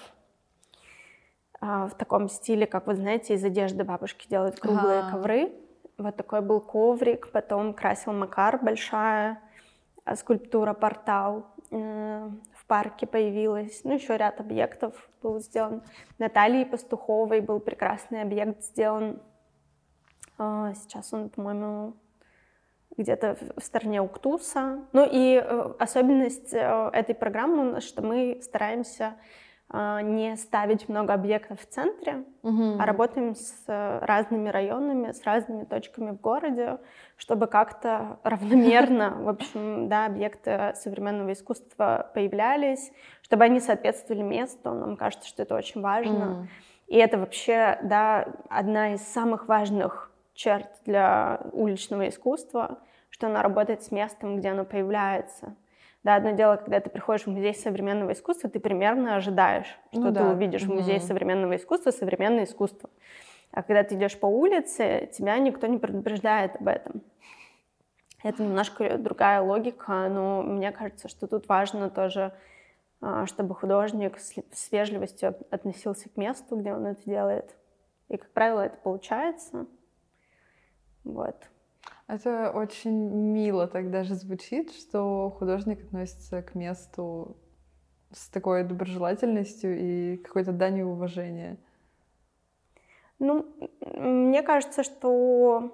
В таком стиле, как вы знаете, из одежды бабушки делают круглые ковры. Вот такой был коврик, потом красил Макар, большая скульптура «Портал» в парке появилась. Ну, еще ряд объектов был сделан. Натальей Пастуховой был прекрасный объект сделан. Сейчас он, по-моему, где-то в стороне Уктуса. Ну и особенность этой программы, что мы стараемся не ставить много объектов в центре, а работаем с разными районами, с разными точками в городе, чтобы как-то равномерно, в общем, да, объекты современного искусства появлялись, чтобы они соответствовали месту. Нам кажется, что это очень важно. И это вообще, да, одна из самых важных черт для уличного искусства, что оно работает с местом, где оно появляется. Да, одно дело, когда ты приходишь в музей современного искусства, ты примерно ожидаешь, что ты увидишь в музее современного искусства современное искусство. А когда ты идешь по улице, тебя никто не предупреждает об этом. Это немножко другая логика, но мне кажется, что тут важно тоже, чтобы художник с вежливостью относился к месту, где он это делает. И, как правило, это получается. Вот. Это очень мило так даже звучит, что художник относится к месту с такой доброжелательностью и какой-то данью уважения. Ну, мне кажется, что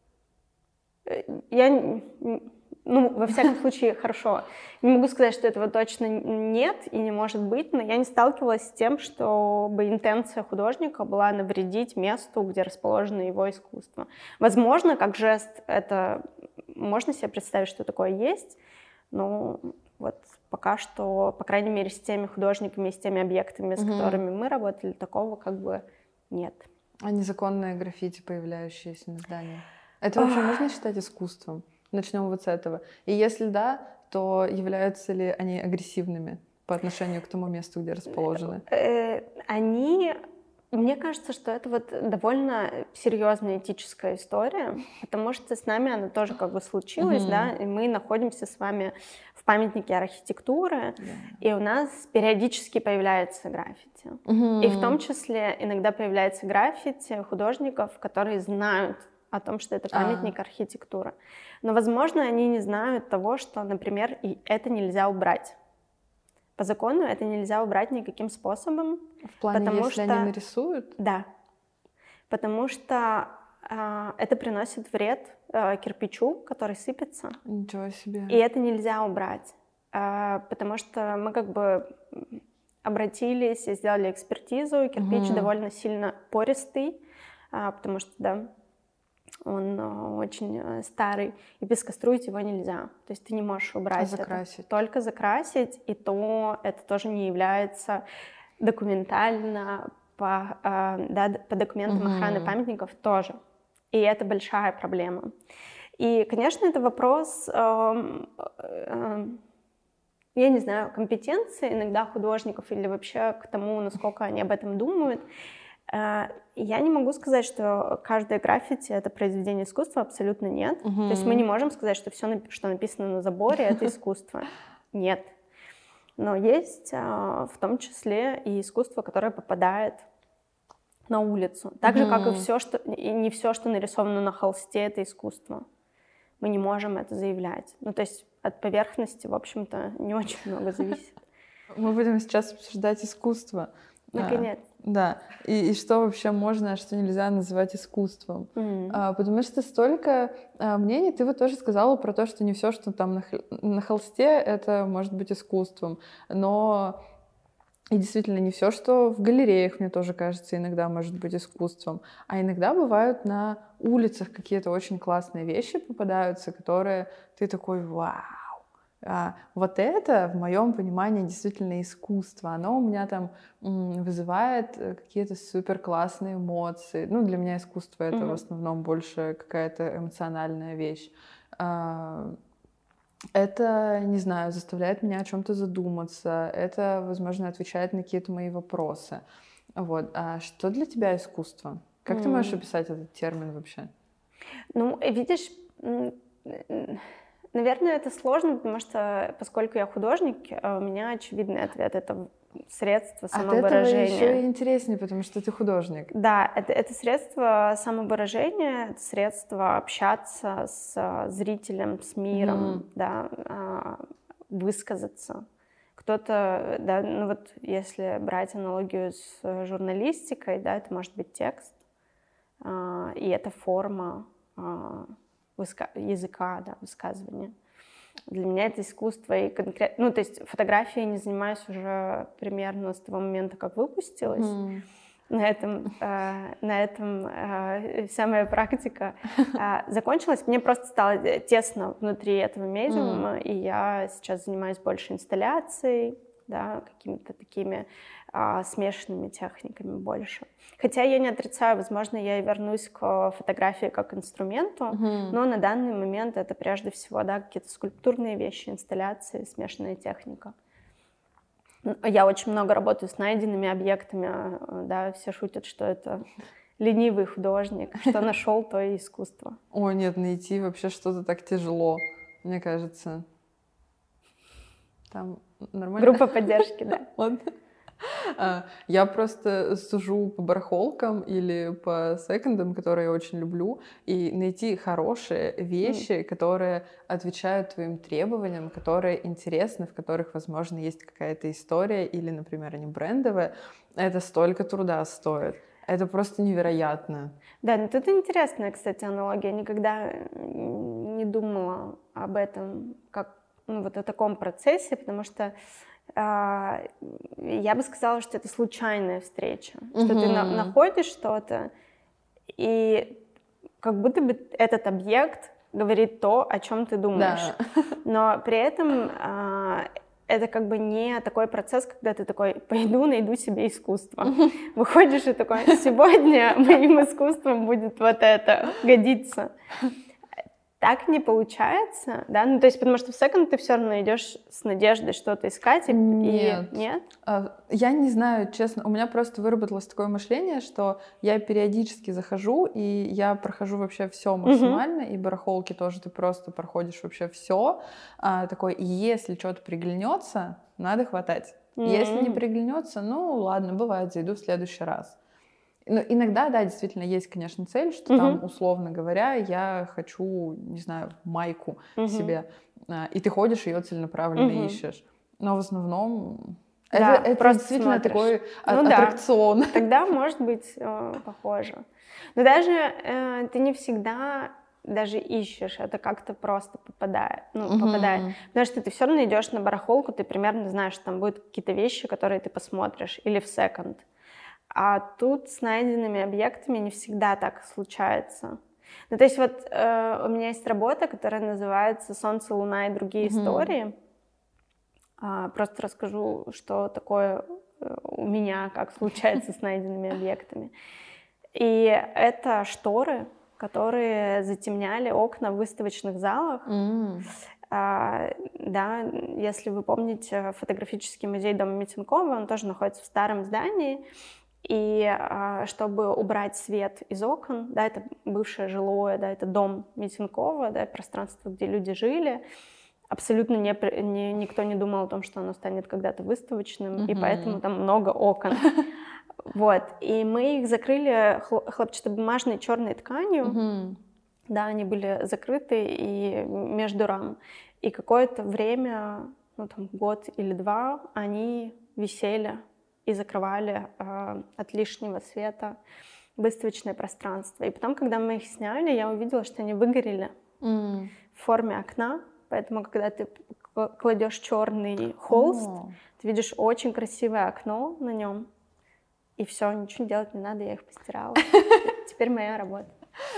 я... Ну, во всяком случае, хорошо. Не могу сказать, что этого точно нет и не может быть, но я не сталкивалась с тем, чтобы интенция художника была навредить месту, где расположено его искусство. Возможно, как жест, это можно себе представить, что такое есть, но вот пока что, по крайней мере, с теми художниками, с теми объектами, с которыми мы работали, такого как бы нет. А незаконные граффити, появляющиеся на здании? Это вообще можно считать искусством? Начнем вот с этого. И если да, то являются ли они агрессивными по отношению к тому месту, где расположены? Мне кажется, что это вот довольно серьезная этическая история, потому что с нами она тоже как бы случилась, да, и мы находимся с вами в памятнике архитектуры, и у нас периодически появляется граффити. И в том числе иногда появляется граффити художников, которые знают о том, что это памятник архитектуры. Но, возможно, они не знают того, что, например, и это нельзя убрать. По закону это нельзя убрать никаким способом. В плане, если они нарисуют? Да. Потому что это приносит вред кирпичу, который сыпется. Ничего себе. И это нельзя убрать. Потому что мы как бы обратились и сделали экспертизу. Кирпич довольно сильно пористый, потому что, да, он очень старый, и пескоструить его нельзя. То есть ты не можешь убрать закрасить. Это. Только закрасить, и то это тоже не является документально, по документам охраны памятников тоже. И это большая проблема. И, конечно, это вопрос, я не знаю, компетенции иногда художников или вообще к тому, насколько они об этом думают. Я не могу сказать, что каждое граффити — это произведение искусства, абсолютно нет. То есть мы не можем сказать, что все, что написано на заборе, это искусство. Нет. Но есть в том числе и искусство, которое попадает на улицу. Так же, как и не все, что нарисовано на холсте, это искусство. мы не можем это заявлять. Ну, то есть от поверхности, в общем-то, не очень много зависит. Мы будем сейчас обсуждать искусство. Наконец. Да. И что вообще можно, а что нельзя называть искусством. Потому что столько мнений. Ты вот тоже сказала про то, что не все, что там на холсте, это может быть искусством. Но и действительно не все, что в галереях, мне тоже кажется, иногда может быть искусством. А иногда бывают на улицах какие-то очень классные вещи попадаются, которые ты такой: вау! Вот это, в моем понимании, действительно искусство. Оно у меня там вызывает какие-то супер классные эмоции. Ну, для меня искусство — это в основном больше какая-то эмоциональная вещь. Это, не знаю, заставляет меня о чем-то задуматься. Это, возможно, отвечает на какие-то мои вопросы. Вот. А что для тебя искусство? Как ты можешь описать этот термин вообще? Ну, видишь, наверное, это сложно, потому что, поскольку я художник, у меня очевидный ответ — это средство самовыражения. От этого еще и интереснее, потому что ты художник. Да, это средство самовыражения, это средство общаться с зрителем, с миром, да, высказаться. Кто-то, да, ну вот если брать аналогию с журналистикой, да, это может быть текст, и это форма языка, да, высказывания. Для меня это искусство и конкретно... Ну, то есть фотографией я не занимаюсь уже примерно с того момента, как выпустилась. На этом вся моя практика закончилась. Мне просто стало тесно внутри этого медиума, и я сейчас занимаюсь больше инсталляцией, да, какими-то такими смешанными техниками больше. Хотя я не отрицаю, возможно, я и вернусь к фотографии как инструменту, но на данный момент это прежде всего, да, какие-то скульптурные вещи, инсталляции, смешанная техника. Я очень много работаю с найденными объектами, да, все шутят, что это ленивый художник, что нашел, то и искусство. О, нет, найти вообще что-то так тяжело, мне кажется. Там нормально? Группа поддержки, да. Ладно. Я просто сужу по барахолкам или по секондам, которые я очень люблю, и найти хорошие вещи, которые отвечают твоим требованиям, которые интересны, в которых, возможно, есть какая-то история, или, например, они брендовые, это столько труда стоит. Это просто невероятно. Да, ну тут интересная, кстати, аналогия. Я никогда не думала об этом, как, ну, вот о таком процессе, потому что я бы сказала, что это случайная встреча, что ты находишь что-то, и как будто бы этот объект говорит то, о чем ты думаешь. Да. Но при этом это как бы не такой процесс, когда ты такой: пойду найду себе искусство. Выходишь и такой: сегодня моим искусством будет вот это, годится. Так не получается, да? Ну, то есть, потому что в секонд ты все равно идешь с надеждой что-то искать, Нет. Нет? Я не знаю, честно, у меня просто выработалось такое мышление, что я периодически захожу, и я прохожу вообще все максимально, и барахолки тоже ты просто проходишь вообще все. Такой: если что-то приглянется, надо хватать. Если не приглянется, ну ладно, бывает, зайду в следующий раз. Но иногда, да, действительно есть, конечно, цель, что там, условно говоря, я хочу, не знаю, майку себе, и ты ходишь ее целенаправленно ищешь. Но в основном да, это действительно смотришь. Такой аттракцион. Да. Тогда может быть похоже. Но даже ты не всегда даже ищешь, это как-то просто попадает. Потому что ты все равно идешь на барахолку, ты примерно знаешь, что там будут какие-то вещи, которые ты посмотришь, или в секонд. А тут с найденными объектами не всегда так случается. Ну, то есть вот у меня есть работа, которая называется «Солнце, луна и другие истории». Просто расскажу, что такое у меня, как случается с найденными объектами. И это шторы, которые затемняли окна в выставочных залах. Да, если вы помните, фотографический музей Дома Митенкова, он тоже находится в старом здании. И чтобы убрать свет из окон, да, это бывшее жилое, да, это дом Митенкова, да, пространство, где люди жили, абсолютно никто не думал о том, что оно станет когда-то выставочным, и поэтому там много окон. Вот. И мы их закрыли хлопчатобумажной черной тканью, да, они были закрыты и между рам. И какое-то время, ну там год или два, они висели и закрывали от лишнего света выставочное пространство. И потом, когда мы их сняли, я увидела, что они выгорели в форме окна. Поэтому, когда ты кладешь черный холст, ты видишь очень красивое окно на нем. И все, ничего делать не надо, я их постирала. Теперь моя работа.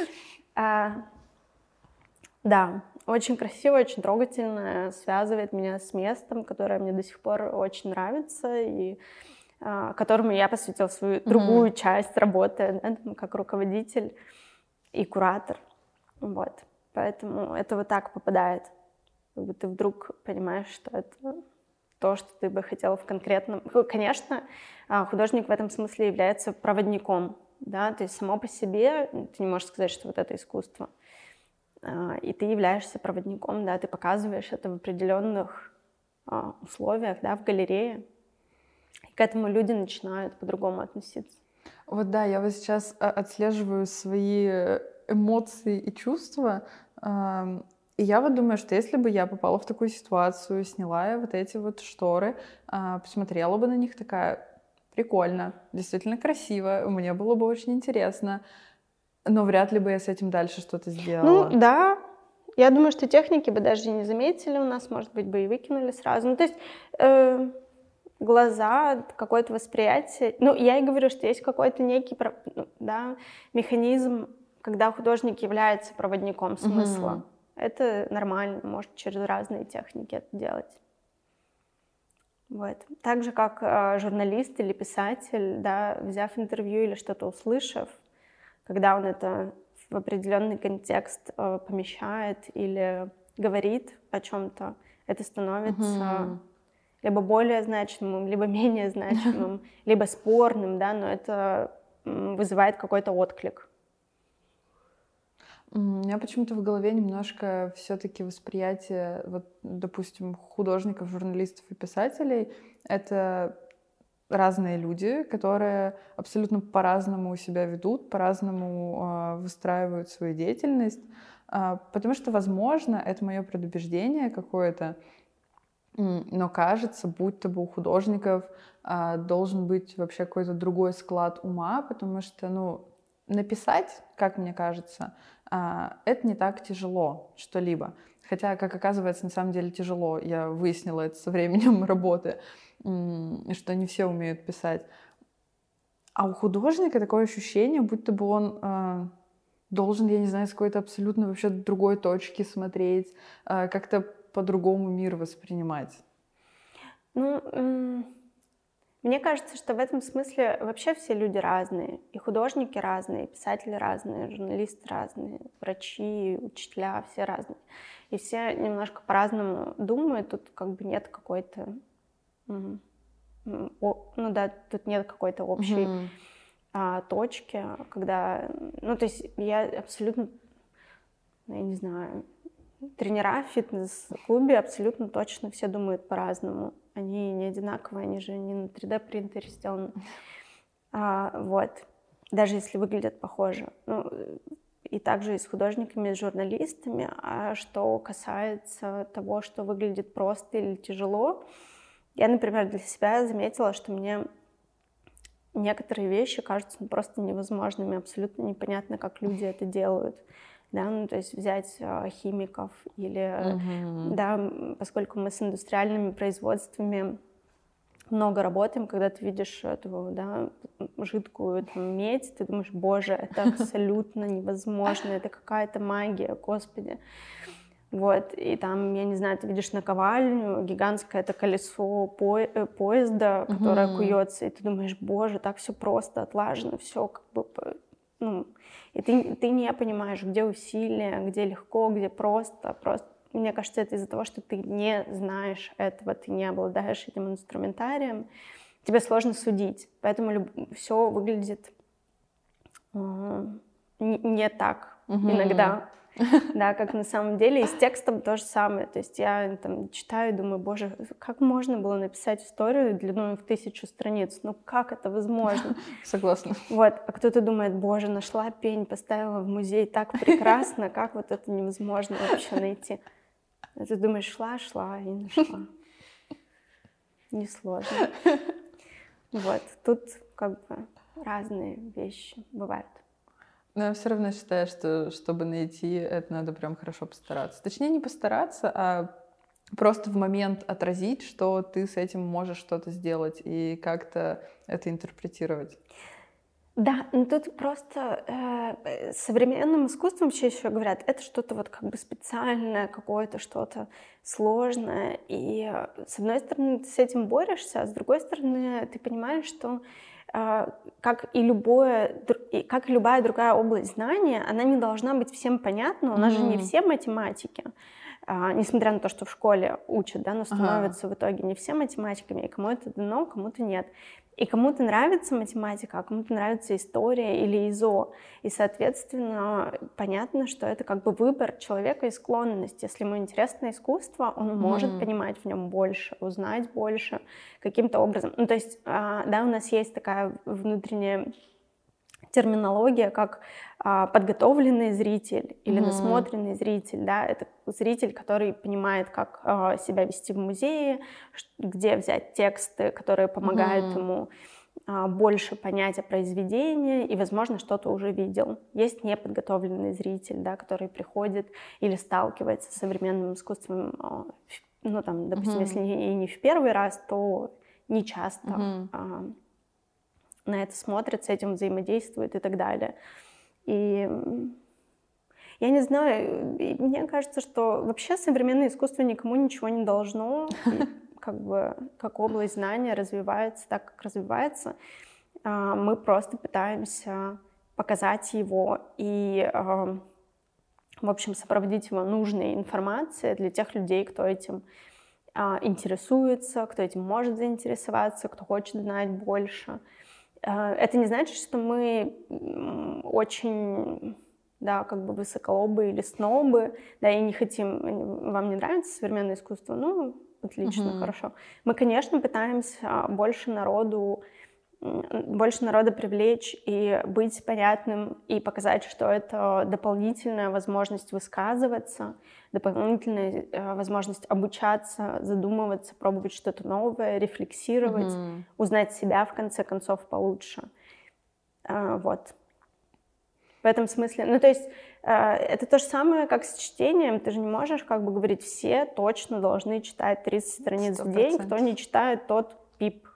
Да, очень красиво, очень трогательно, связывает меня с местом, которое мне до сих пор очень нравится, и которому я посвятила свою другую часть работы, да, там, как руководитель и куратор. Вот. Поэтому это вот так попадает. Как бы ты вдруг понимаешь, что это то, что ты бы хотела в конкретном... Конечно, художник в этом смысле является проводником, да, то есть само по себе ты не можешь сказать, что вот это искусство. И ты являешься проводником, да, ты показываешь это в определенных условиях, да, в галерее. И к этому люди начинают по-другому относиться. Вот да, я вот сейчас отслеживаю свои эмоции и чувства, и я вот думаю, что если бы я попала в такую ситуацию, сняла я вот эти вот шторы, посмотрела бы на них, такая, прикольно, действительно красиво, мне было бы очень интересно, но вряд ли бы я с этим дальше что-то сделала. Ну да, я думаю, что техники бы даже не заметили у нас, может быть, бы и выкинули сразу. Ну то есть глаза, какое-то восприятие. Ну я и говорю, что есть какой-то некий, да, механизм, когда художник является проводником смысла. Это нормально, может через разные техники это делать. Вот. Так же, как журналист или писатель, да, взяв интервью или что-то услышав, когда он это в определенный контекст помещает или говорит о чем-то, это становится либо более значимым, либо менее значимым, либо спорным, да, но это вызывает какой-то отклик. У меня почему-то в голове немножко все-таки восприятие, вот, допустим, художников, журналистов и писателей — это разные люди, которые абсолютно по-разному себя ведут, по-разному выстраивают свою деятельность, потому что, возможно, это мое предубеждение какое-то, но кажется, будто бы у художников должен быть вообще какой-то другой склад ума, потому что, ну, написать, как мне кажется, это не так тяжело что-либо. Хотя, как оказывается, на самом деле тяжело. Я выяснила это со временем работы, что не все умеют писать. А у художника такое ощущение, будто бы он должен, я не знаю, с какой-то абсолютно вообще другой точки смотреть, как-то по-другому мир воспринимать. Ну, мне кажется, что в этом смысле вообще все люди разные. И художники разные, и писатели разные, журналисты разные, врачи, учителя, все разные. И все немножко по-разному думают. Тут как бы нет какой-то... Ну да, тут нет какой-то общей точки, когда... Ну, то есть я абсолютно, я не знаю, тренера в фитнес-клубе абсолютно точно все думают по-разному. Они не одинаковые, они же не на 3D-принтере сделаны. Вот. Даже если выглядят похоже. Ну, и также и с художниками, и с журналистами. А что касается того, что выглядит просто или тяжело, я, например, для себя заметила, что мне некоторые вещи кажутся просто невозможными, абсолютно непонятно, как люди это делают. Да, ну, то есть взять химиков или, да, поскольку мы с индустриальными производствами много работаем, когда ты видишь эту, да, жидкую там, медь, ты думаешь, боже, это абсолютно невозможно, это какая-то магия, господи. Вот, и там, я не знаю, ты видишь наковальню, гигантское это колесо поезда, которое куется, и ты думаешь, боже, так все просто, отлажено, все как бы, ну, и ты не понимаешь, где усилия, где легко, где просто. Мне кажется, это из-за того, что ты не знаешь этого, ты не обладаешь этим инструментарием, тебе сложно судить, поэтому все выглядит не так иногда. да, как на самом деле. И с текстом то же самое. То есть я там читаю и думаю, боже, как можно было написать историю длиной в 1000 страниц? Ну как это возможно? Согласна. Вот, а кто-то думает, боже, нашла пень, поставила в музей, так прекрасно, как вот это невозможно вообще найти? А ты думаешь, шла и нашла. Несложно. Вот, тут как бы разные вещи бывают. Но я все равно считаю, что чтобы найти, это надо прям хорошо постараться. Точнее, не постараться, а просто в момент отразить, что ты с этим можешь что-то сделать и как-то это интерпретировать. Да, но тут просто современным искусством вообще еще говорят, это что-то вот как бы специальное, какое-то что-то сложное. И с одной стороны, ты с этим борешься, а с другой стороны, ты понимаешь, что как и любая другая область знания, она не должна быть всем понятна. У нас же не все математики. Несмотря на то, что в школе учат, да, но становятся в итоге не все математиками, и кому это дано, кому-то нет. И кому-то нравится математика, а кому-то нравится история или ИЗО. И, соответственно, понятно, что это как бы выбор человека и склонность. Если ему интересно искусство, он может понимать в нем больше, узнать больше каким-то образом. Ну, то есть, да, у нас есть такая внутренняя терминология, как подготовленный зритель или насмотренный зритель, да, это зритель, который понимает, как себя вести в музее, где взять тексты, которые помогают ему больше понять о произведении и, возможно, что-то уже видел. Есть неподготовленный зритель, да, который приходит или сталкивается с современным искусством, ну, там, допустим, если и не в первый раз, то не часто на это смотрят, с этим взаимодействуют и так далее. И я не знаю, мне кажется, что вообще современное искусство никому ничего не должно, и как бы как область знания развивается так, как развивается. Мы просто пытаемся показать его и, в общем, сопроводить его нужной информацией для тех людей, кто этим интересуется, кто этим может заинтересоваться, кто хочет знать больше. Это не значит, что мы очень, да, как бы высоколобы или снобы, да, и не хотим, вам не нравится современное искусство, ну, отлично, хорошо. Мы, конечно, пытаемся больше народа привлечь и быть понятным, и показать, что это дополнительная возможность высказываться, дополнительная возможность обучаться, задумываться, пробовать что-то новое, рефлексировать, узнать себя, в конце концов, получше. Вот. В этом смысле, ну, то есть это то же самое, как с чтением. Ты же не можешь как бы говорить, все точно должны читать 30 страниц 100%. В день, кто не читает, тот пип.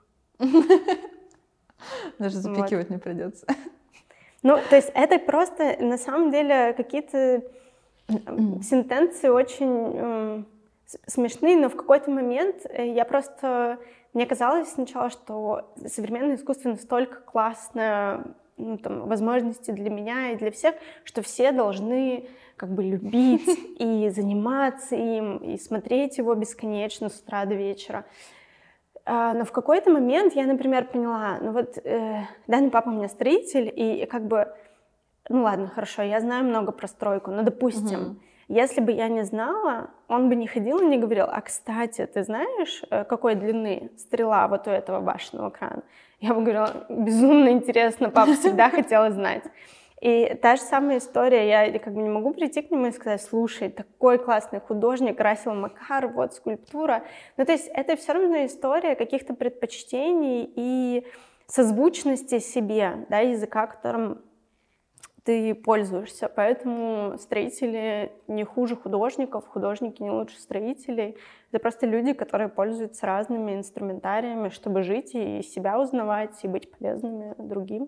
Даже запикивать не придется. Ну, то есть это просто, на самом деле, какие-то сентенции очень смешные, но в какой-то момент мне казалось сначала, что современное искусство настолько классное, ну, там, возможности для меня и для всех, что все должны как бы любить и заниматься им, и смотреть его бесконечно с утра до вечера. Но в какой-то момент я, например, поняла, ну вот, да, папа у меня строитель, и как бы, ну ладно, хорошо, я знаю много про стройку, но, допустим, если бы я не знала, он бы не ходил и не говорил, а, кстати, ты знаешь, какой длины стрела вот у этого башенного крана? Я бы говорила, безумно интересно, папа всегда хотела знать. И та же самая история, я как бы не могу прийти к нему и сказать, слушай, такой классный художник, красил Макар, вот скульптура. Ну, то есть это все равно история каких-то предпочтений и созвучности себе, да, языка, которым ты пользуешься. Поэтому строители не хуже художников, художники не лучше строителей. Это просто люди, которые пользуются разными инструментариями, чтобы жить и себя узнавать, и быть полезными другим.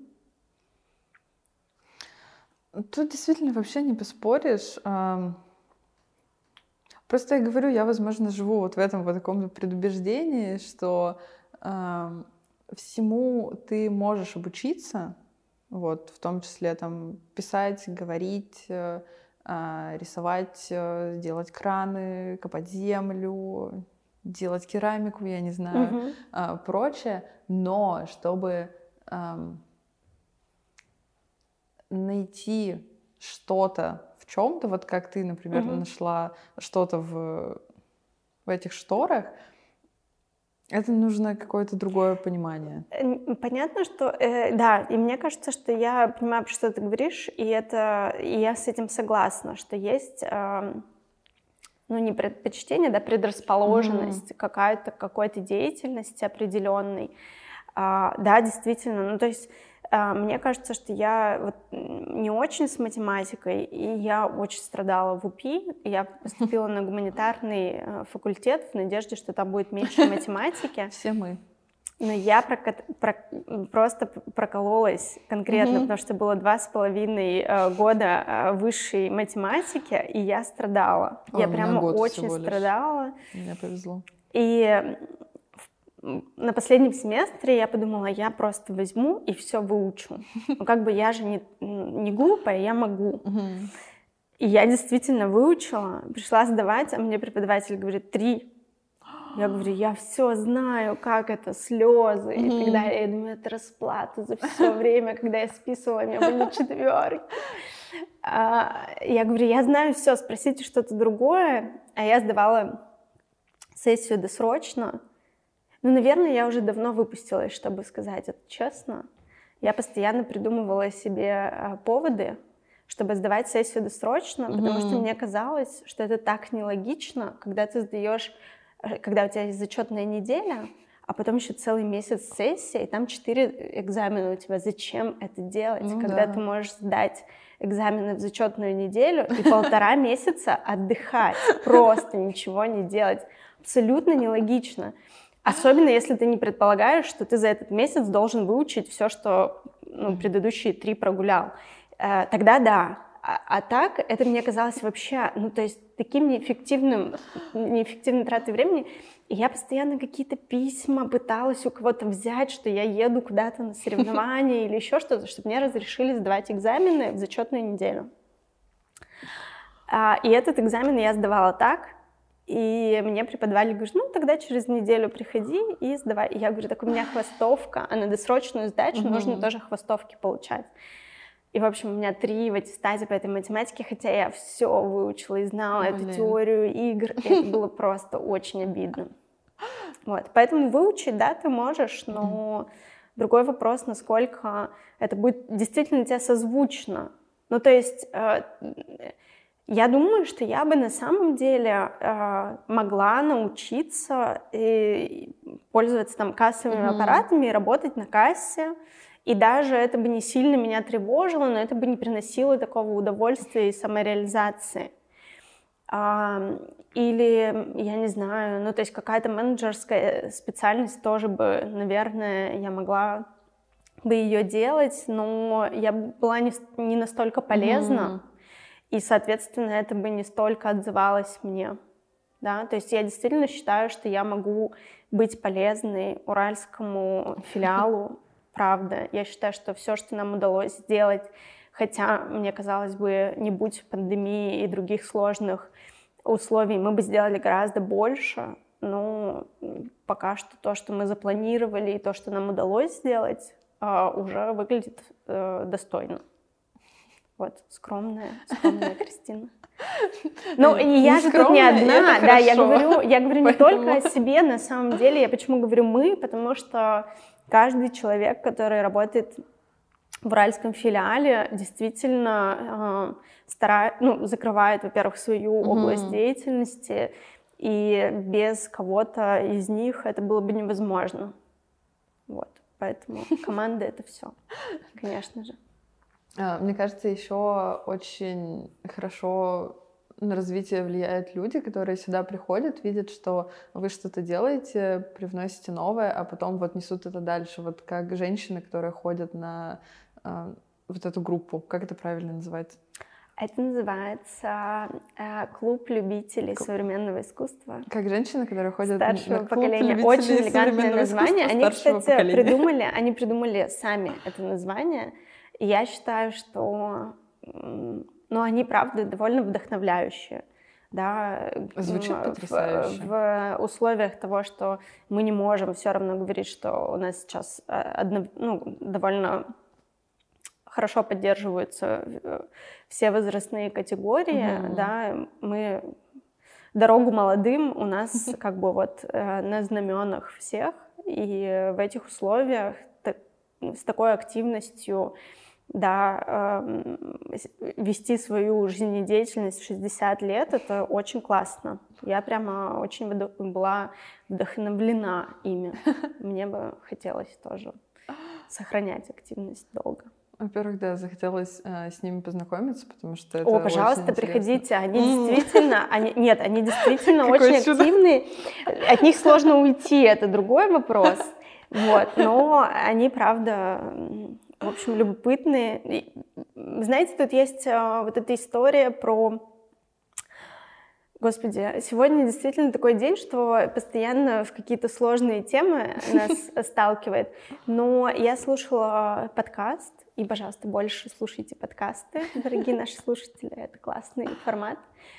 Тут действительно вообще не поспоришь. Просто я говорю, я, возможно, живу вот в этом вот таком предубеждении, что всему ты можешь обучиться, вот, в том числе там писать, говорить, рисовать, делать краны, копать землю, делать керамику, я не знаю, прочее. Но чтобы найти что-то, в в чем-то, вот как ты, например, нашла что-то в этих шторах, это нужно какое-то другое понимание. Понятно, что да, и мне кажется, что я понимаю, про что ты говоришь, и я с этим согласна, что есть не предпочтение, да, предрасположенность какая-то к какой-то деятельности определенной. Да, действительно, ну то есть мне кажется, что я вот не очень с математикой, и я очень страдала в УПИ. Я поступила на гуманитарный факультет в надежде, что там будет меньше математики. Все мы. Но я просто прокололась конкретно, потому что было 2,5 года высшей математики, и я страдала. Я прямо очень страдала. Мне повезло. И на последнем семестре я подумала, я просто возьму и все выучу. Ну, как бы я же не глупая, я могу. И я действительно выучила, пришла сдавать, а мне преподаватель говорит 3. Я говорю, я все знаю, как это, слезы. И тогда я думаю, это расплата за все время, когда я списывала, у меня были 4. Я говорю, я знаю все, спросите что-то другое. А я сдавала сессию досрочно. Ну, наверное, я уже давно выпустилась, чтобы сказать это честно. Я постоянно придумывала себе поводы, чтобы сдавать сессию досрочно, потому что мне казалось, что это так нелогично, когда ты сдаешь, когда у тебя есть зачетная неделя, а потом еще целый месяц сессии, и там 4 экзамена у тебя. Зачем это делать, когда ты можешь сдать экзамены в зачетную неделю и 1,5 месяца отдыхать, просто ничего не делать? Абсолютно нелогично. Особенно, если ты не предполагаешь, что ты за этот месяц должен выучить все, что предыдущие 3 прогулял. Тогда да. А так, это мне казалось вообще, то есть таким неэффективной тратой времени. И я постоянно какие-то письма пыталась у кого-то взять, что я еду куда-то на соревнования или еще что-то, чтобы мне разрешили сдавать экзамены в зачетную неделю. И этот экзамен я сдавала так. И мне преподаватель говорит, тогда через неделю приходи и сдавай. И я говорю, так у меня хвостовка, а на досрочную сдачу нужно тоже хвостовки получать. И, в общем, у меня 3 в аттестате по этой математике, хотя я все выучила и знала эту теорию игр. И это было просто очень обидно. Вот. Поэтому выучить, да, ты можешь, но другой вопрос, насколько это будет действительно тебе созвучно. Ну, то есть... Я думаю, что я бы на самом деле могла научиться пользоваться там кассовыми аппаратами и работать на кассе. И даже это бы не сильно меня тревожило, но это бы не приносило такого удовольствия и самореализации. Или, я не знаю, то есть какая-то менеджерская специальность тоже бы, наверное, я могла бы ее делать, но я была не настолько полезна. И, соответственно, это бы не столько отзывалось мне, да, то есть я действительно считаю, что я могу быть полезной уральскому филиалу, правда. Я считаю, что все, что нам удалось сделать, хотя, мне казалось бы, не будь пандемии и других сложных условий, мы бы сделали гораздо больше, но пока что то, что мы запланировали, и то, что нам удалось сделать, уже выглядит достойно. Вот, скромная Кристина. Ну, и я же тут не одна, да, я говорю не только о себе, на самом деле, я почему говорю мы, потому что каждый человек, который работает в уральском филиале, действительно закрывает, во-первых, свою область деятельности, и без кого-то из них это было бы невозможно. Вот, поэтому команда — это все, конечно же. Мне кажется, еще очень хорошо на развитие влияют люди, которые сюда приходят, видят, что вы что-то делаете, привносите новое, а потом вот несут это дальше. Вот как женщины, которые ходят на вот эту группу. Как это правильно называется? Это называется клуб любителей современного искусства. Как женщины, которые ходят старшего на клуб поколения. Очень элегантное название. Они, кстати, придумали сами это название. И я считаю, что они, правда, довольно вдохновляющие. Да, звучит потрясающе. В условиях того, что мы не можем все равно говорить, что у нас сейчас довольно хорошо поддерживаются все возрастные категории, да, мы дорогу молодым у нас как бы вот на знаменах всех, и в этих условиях с такой активностью, да, вести свою жизнедеятельность в 60 лет, это очень классно. Я прямо очень была вдохновлена ими. Мне бы хотелось тоже сохранять активность долго. Во-первых, да, захотелось с ними познакомиться, потому что это пожалуйста, очень приходите. Они действительно, они действительно Какое очень чудо. активные. От них сложно уйти, это другой вопрос. Вот, но они, правда, в общем, любопытные. И, знаете, тут есть вот эта история про... Господи, сегодня действительно такой день, что постоянно в какие-то сложные темы нас сталкивает. Но я слушала подкаст, и, пожалуйста, больше слушайте подкасты, дорогие наши слушатели, это классный формат,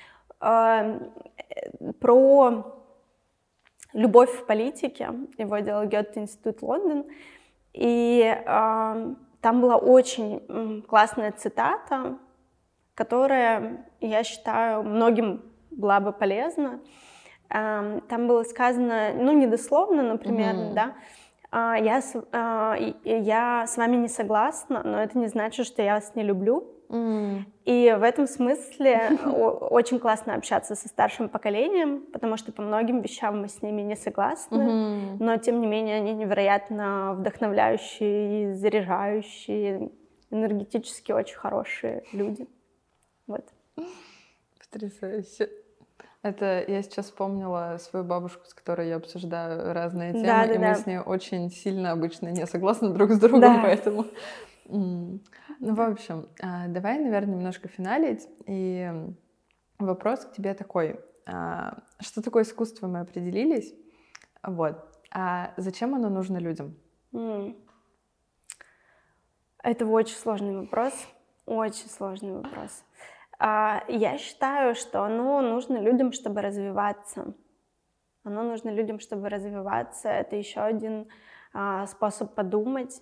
про любовь в политике. Его делал Гёте-институт Лондон. И там была очень классная цитата, которая, я считаю, многим была бы полезна. Там было сказано, ну, недословно, например, да, я с вами не согласна, но это не значит, что я вас не люблю. И в этом смысле очень классно общаться со старшим поколением, потому что по многим вещам мы с ними не согласны, но тем не менее они невероятно вдохновляющие, заряжающие, энергетически очень хорошие люди. Вот. Потрясающе. Это я сейчас вспомнила свою бабушку, с которой я обсуждаю разные темы, и мы с ней очень сильно обычно не согласны друг с другом, поэтому... Ну, в общем, давай, наверное, немножко финалить. И вопрос к тебе такой. Что такое искусство, мы определились. Вот. А зачем оно нужно людям? Это очень сложный вопрос. Очень сложный вопрос. Я считаю, что оно нужно людям, чтобы развиваться. Оно нужно людям, чтобы развиваться. Это еще один способ подумать.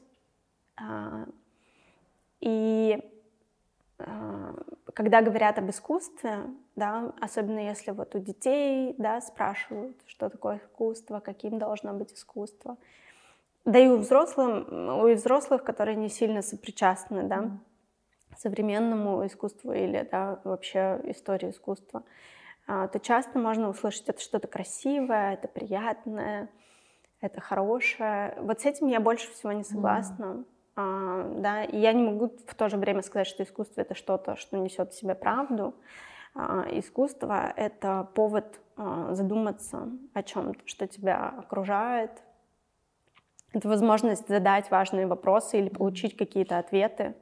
И когда говорят об искусстве, да, особенно если вот у детей, да, спрашивают, что такое искусство, каким должно быть искусство, да и у взрослых, которые не сильно сопричастны, да, современному искусству или, да, вообще истории искусства, то часто можно услышать, это что-то красивое, это приятное, это хорошее. Вот с этим я больше всего не согласна. Да, и я не могу в то же время сказать, что искусство — это что-то, что несет в себе правду. Искусство — это повод задуматься о чем-то, что тебя окружает. Это возможность задать важные вопросы или получить какие-то ответы.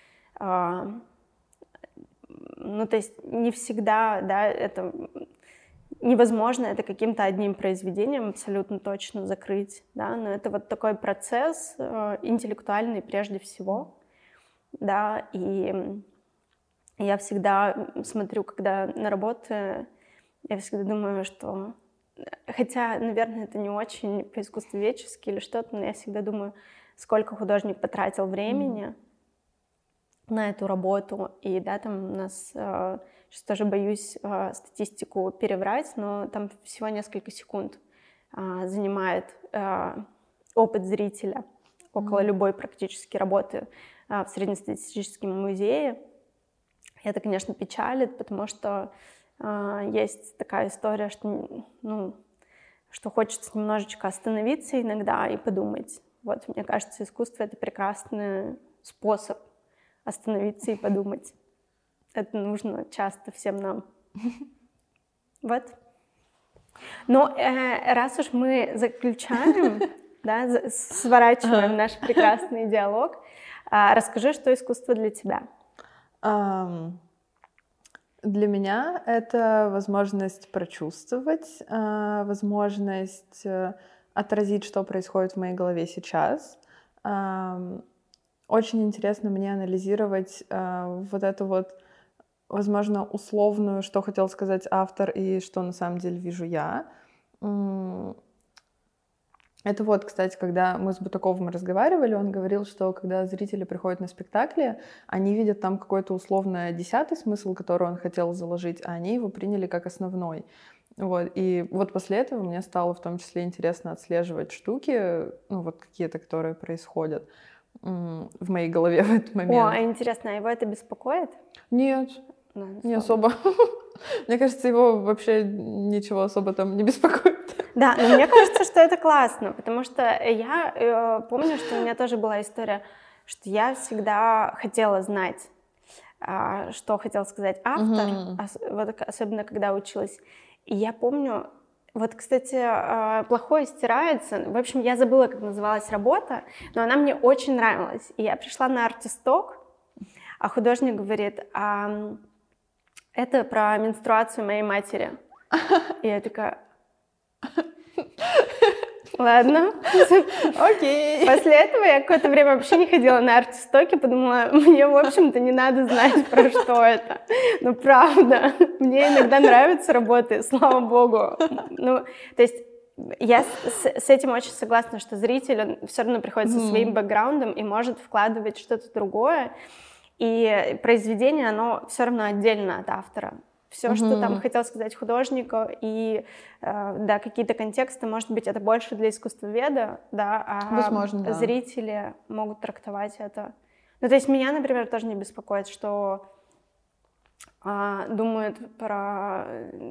Ну, то есть не всегда, да, это невозможно это каким-то одним произведением абсолютно точно закрыть, да, но это вот такой процесс интеллектуальный прежде всего, да, и я всегда смотрю, когда на работе, я всегда думаю, что, хотя, наверное, это не очень по-искусствоведчески или что-то, но я всегда думаю, сколько художник потратил времени на эту работу, и, да, там у нас, сейчас тоже боюсь статистику переврать, но там всего несколько секунд занимает опыт зрителя около любой практически работы в среднестатистическом музее. Это, конечно, печалит, потому что есть такая история, что, ну, что хочется немножечко остановиться иногда и подумать. Вот, мне кажется, искусство — это прекрасный способ остановиться и подумать. Это нужно часто всем нам. Вот. Но раз уж мы заключаем, да, сворачиваем наш прекрасный диалог, расскажи, что искусство для тебя. Для меня это возможность прочувствовать, возможность отразить, что происходит в моей голове сейчас. Очень интересно мне анализировать вот эту вот, возможно, условную, что хотел сказать автор и что на самом деле вижу я. Это вот, кстати, когда мы с Бутаковым разговаривали, он говорил, что когда зрители приходят на спектакли, они видят там какой-то условно 10-й смысл, который он хотел заложить, а они его приняли как основной. Вот. И вот после этого мне стало в том числе интересно отслеживать штуки, ну вот какие-то, которые происходят в моей голове в этот момент. О, а интересно, а его это беспокоит? Нет, не особо. Мне кажется, его вообще ничего особо там не беспокоит. Да, но мне кажется, что это классно, потому что я помню, что у меня тоже была история, что я всегда хотела знать, что хотел сказать автор, вот особенно когда училась. И я помню, вот, кстати, плохое стирается. В общем, я забыла, как называлась работа, но она мне очень нравилась. И я пришла на артисток, а художник говорит, это про менструацию моей матери. И я такая... Ладно. Окей. После этого я какое-то время вообще не ходила на арт-стоки, подумала, мне, в общем-то, не надо знать, про что это. Ну, правда, мне иногда нравятся работы, слава богу. Ну, то есть я с этим очень согласна, что зритель, он все равно приходит со своим бэкграундом и может вкладывать что-то другое. И произведение, оно все равно отдельно от автора. Все, что там хотел сказать художник, и да, какие-то контексты, может быть, это больше для искусствоведа, да, а возможно, да. Зрители могут трактовать это. Ну, то есть меня, например, тоже не беспокоит, что думают про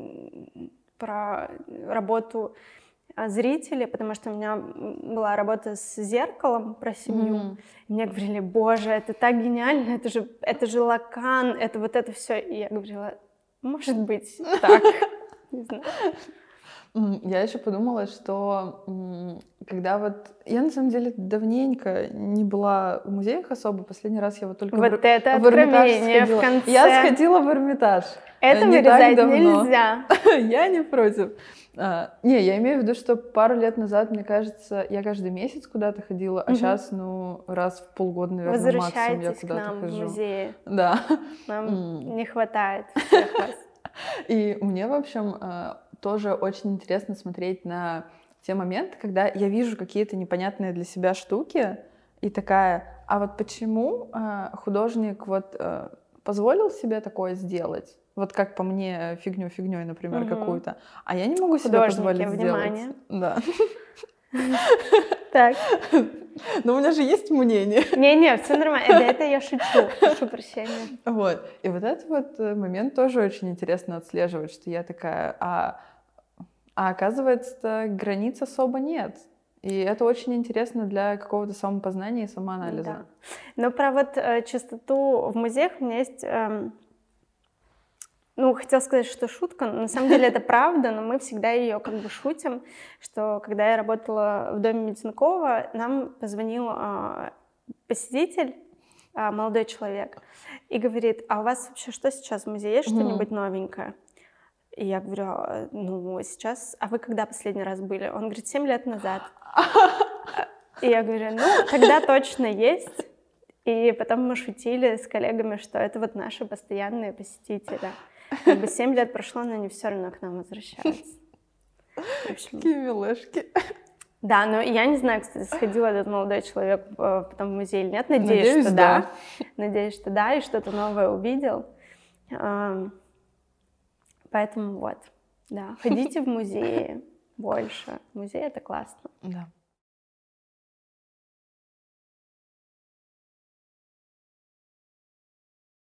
работу зрителей, потому что у меня была работа с зеркалом про семью. И мне говорили, боже, это так гениально, это же Лакан, это вот это все. И я говорила, может быть, так. Не знаю. Я еще подумала, что когда вот... Я, на самом деле, давненько не была в музеях особо. Последний раз я вот только вот в Эрмитаж сходила. В конце. Я сходила в Эрмитаж. Это вырезать нельзя. Я не против. Не, я имею в виду, что пару лет назад, мне кажется, я каждый месяц куда-то ходила, а сейчас, ну, раз в полгода, наверное, максимум я куда-то хожу. Возвращайтесь к нам в музее. Да. Нам не хватает всех вас. И мне, в общем, тоже очень интересно смотреть на те моменты, когда я вижу какие-то непонятные для себя штуки, и такая, а вот почему художник вот позволил себе такое сделать? Вот как по мне фигней, например, какую-то. А я не могу себе позволить внимание. сделать. Да. Так. Но у меня же есть мнение. Не, все нормально. Это я шучу. Прошу прощения. Вот. И вот этот вот момент тоже очень интересно отслеживать, что я такая, а оказывается, границ особо нет. И это очень интересно для какого-то самопознания и самоанализа. Да. Но про вот чистоту в музеях у меня есть... Ну, хотела сказать, что шутка, но на самом деле это правда, но мы всегда ее как бы шутим, что когда я работала в доме Мединкова, нам позвонил посетитель, молодой человек, и говорит, а у вас вообще что сейчас в музее, есть что-нибудь новенькое? И я говорю, ну, сейчас, а вы когда последний раз были? Он говорит, 7 лет назад. И я говорю, ну, тогда точно есть. И потом мы шутили с коллегами, что это вот наши постоянные посетители. Как бы 7 лет прошло, но они все равно к нам возвращаются. Какие милашки. Да, но я не знаю, кстати, сходил этот молодой человек потом в музей или нет. Надеюсь, что да. Надеюсь, что да, и что-то новое увидел. Поэтому вот, да, ходите в музеи больше. Музей — это классно. Да.